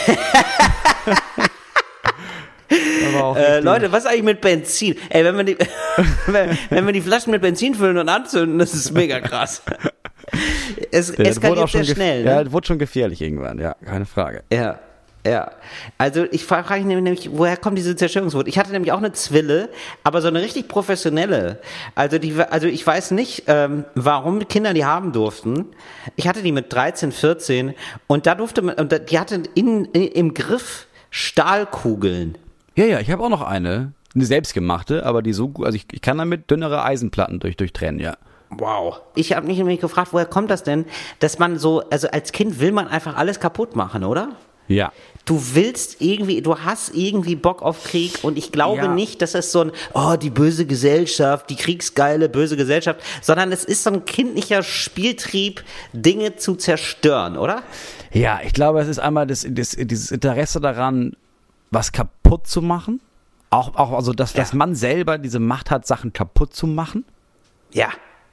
Aber auch Äh, richtig- Leute, was eigentlich mit Benzin? Ey, wenn wir die, wenn, wenn wir die Flaschen mit Benzin füllen und anzünden, das ist mega krass. Es Ja, das wurde auch eskaliert schon sehr gef- schnell. Ja, Ne? das wurde schon gefährlich irgendwann, ja, keine Frage. Ja, ja. Also ich frage mich nämlich, woher kommt diese Zerstörungswut? Ich hatte nämlich auch eine Zwille, aber so eine richtig professionelle. Also die, also ich weiß nicht, ähm, warum Kinder die haben durften. Ich hatte die mit dreizehn, vierzehn und da durfte man, und da- die hatten in, in, im Griff Stahlkugeln. Ja, ja, ich habe auch noch eine, eine selbstgemachte, aber die so gut, also ich, ich kann damit dünnere Eisenplatten durch, durchtrennen, ja. Wow. Ich habe mich nämlich gefragt, woher kommt das denn, dass man so, also als Kind will man einfach alles kaputt machen, oder? Ja. Du willst irgendwie, du hast irgendwie Bock auf Krieg und ich glaube Ja. nicht, dass es so ein, oh, die böse Gesellschaft, die kriegsgeile böse Gesellschaft, sondern es ist so ein kindlicher Spieltrieb, Dinge zu zerstören, oder? Ja, ich glaube, es ist einmal das, das, dieses Interesse daran, was kaputt zu machen. Auch, auch also, dass, Ja. dass man selber diese Macht hat, Sachen kaputt zu machen. Ja.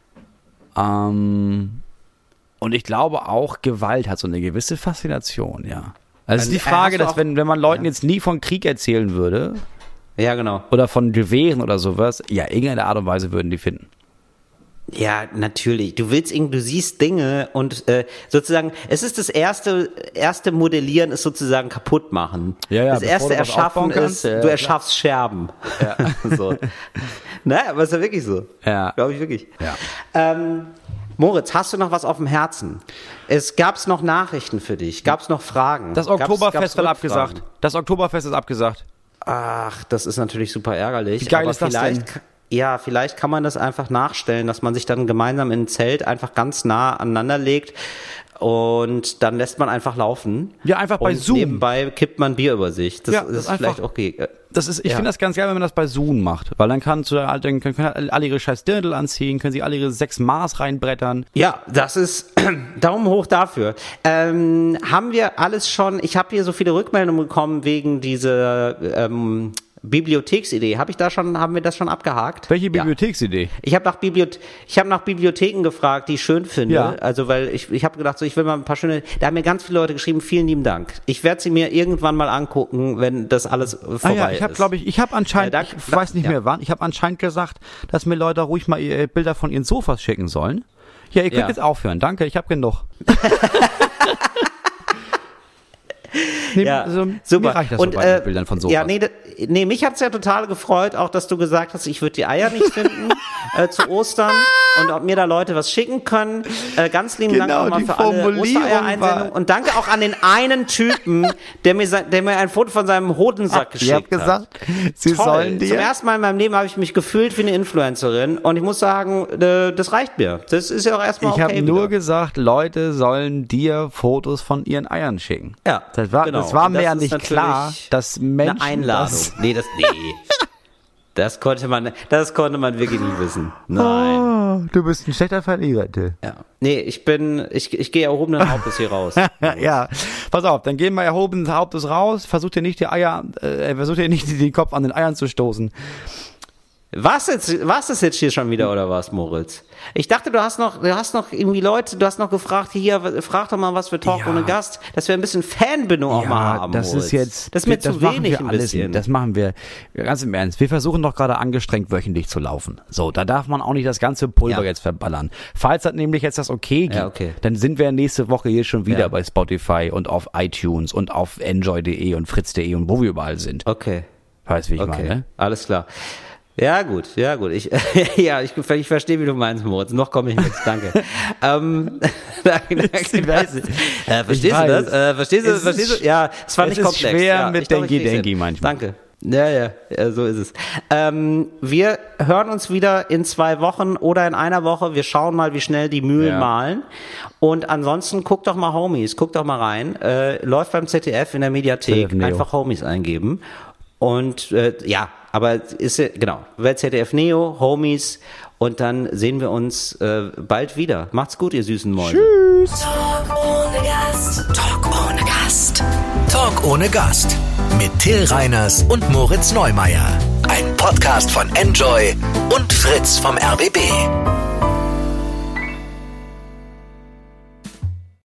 Ähm, und ich glaube auch, Gewalt hat so eine gewisse Faszination, ja. Also es ist die Also, Frage, hast du dass auch- wenn, wenn man Leuten Ja. jetzt nie von Krieg erzählen würde Ja, genau. oder von Gewehren oder sowas, ja, irgendeine Art und Weise würden die finden. Ja, natürlich. Du willst irgendwie, du siehst Dinge und äh, sozusagen, es ist das erste, erste Modellieren ist sozusagen kaputt machen. Ja, ja, das bevor erste du was aufbauen Erschaffen kannst, ist, ja, du ja, erschaffst Scherben. Ja. So. Naja, aber ist ja wirklich so. Ja. Glaube ich wirklich. Ja. Ähm, Moritz, hast du noch was auf dem Herzen? Es gab's noch Nachrichten für dich, gab's noch Fragen. Das Gab's- Oktoberfest gab's wird Rückfragen? abgesagt. Das Oktoberfest ist abgesagt. Ach, das ist natürlich super ärgerlich. Wie geil aber ist das vielleicht, denn? ka- Ja, vielleicht kann man das einfach nachstellen, dass man sich dann gemeinsam in ein Zelt einfach ganz nah aneinander legt Und dann lässt man einfach laufen. Ja, einfach bei und Zoom. Nebenbei kippt man Bier über sich. Das, ja, das ist ist einfach, vielleicht okay. Das ist, ich ja. finde das ganz geil, wenn man das bei Zoom macht. Weil dann kann zu der alten, können, können alle ihre scheiß Dirndl anziehen, können sie alle ihre sechs Maß reinbrettern. Ja, das ist Daumen hoch dafür. Ähm, haben wir alles schon, ich habe hier so viele Rückmeldungen bekommen wegen dieser ähm, Bibliotheksidee. Habe ich da schon, haben wir das schon abgehakt? Welche Bibliotheksidee? Ja. Ich habe nach Bibliothe- ich habe nach Bibliotheken gefragt, die ich schön finde. Ja. Also weil ich, ich habe gedacht, so ich will mal ein paar schöne. Da haben mir ganz viele Leute geschrieben. Vielen lieben Dank. Ich werde sie mir irgendwann mal angucken, wenn das alles vorbei ah ja, ich hab, ist. Glaube ich, ich habe anscheinend, äh, danke, ich weiß nicht ja. mehr wann, ich habe anscheinend gesagt, dass mir Leute ruhig mal Bilder von ihren Sofas schicken sollen. Ja, ihr könnt ja. jetzt aufhören. Danke, ich habe genug. Nee, ja, also, super. Mir reicht das und, so bei äh, Bildern von Sofas. Ja, nee, nee mich hat's ja total gefreut, auch dass du gesagt hast, ich würde die Eier nicht finden äh, zu Ostern und ob mir da Leute was schicken können. Äh, ganz lieben genau, Dank nochmal für alle Ostereier-Einsendungen und danke auch an den einen Typen, der mir, der mir ein Foto von seinem Hodensack Ach, geschickt ihr habt gesagt, hat. Sie Toll. sollen dir... Zum ersten Mal in meinem Leben habe ich mich gefühlt wie eine Influencerin und ich muss sagen, äh, das reicht mir. Das ist ja auch erstmal okay. Ich habe nur wieder. gesagt, Leute sollen dir Fotos von ihren Eiern schicken. Ja, das war, genau. das war mir das ja nicht klar, dass Menschen eine Einladung. Das nee, das nee. Das konnte man, das konnte man wirklich nie wissen. Nein. Oh, du bist ein schlechter Verlierer, Till. Ja. Nee, ich bin, ich, ich gehe erhobenen Hauptes hier raus. Ja, pass auf, dann gehen wir erhobenen Hauptes raus, versucht ihr nicht die Eier, äh, versucht ihr nicht den Kopf an den Eiern zu stoßen. Was jetzt, was ist jetzt hier schon wieder oder was, Moritz? Ich dachte, du hast noch, du hast noch irgendwie Leute, du hast noch gefragt, hier, frag doch mal was für Talk ja. ohne Gast, dass wir ein bisschen Fanbindung auch ja, mal haben, das Moritz. ist jetzt, das ist mir das zu machen wenig wir ein alles, bisschen. Das machen wir, ganz im Ernst, wir versuchen doch gerade angestrengt wöchentlich zu laufen. So, da darf man auch nicht das ganze Pulver Ja. jetzt verballern. Falls das nämlich jetzt das Okay gibt, Ja, okay. dann sind wir nächste Woche hier schon wieder Ja. bei Spotify und auf iTunes und auf enjoy punkt de und fritz punkt de und wo wir überall sind. Okay. Weißt wie ich Okay, meine? alles klar. Ja, gut, ja, gut. Ich, ja, ich, ich verstehe, wie du meinst, Moritz. Noch komme ich nicht. Danke. ähm, danke, danke. Ich weiß. Äh, verstehst Ich du weiß. das? Äh, verstehst du, Es verstehst ist- du? Ja, es war es nicht ist komplex. schwer ja, mit ich glaub, ich Denki krieg's Denki hin. manchmal. Danke. Ja, ja, ja, so ist es. Ähm, wir hören uns wieder in zwei Wochen oder in einer Woche. Wir schauen mal, wie schnell die Mühlen Ja. mahlen. Und ansonsten guckt doch mal Homies, guckt doch mal rein. Äh, läuft beim Z D F in der Mediathek. Z D F Neo. Einfach Homies eingeben. Und äh, ja, aber ist ja, genau, bei Z D F Neo, Homies und dann sehen wir uns äh, bald wieder. Macht's gut, ihr süßen Mäuse. Talk ohne Gast. Talk ohne Gast. Talk ohne Gast. Mit Till Reiners und Moritz Neumeier. Ein Podcast von Enjoy und Fritz vom R B B.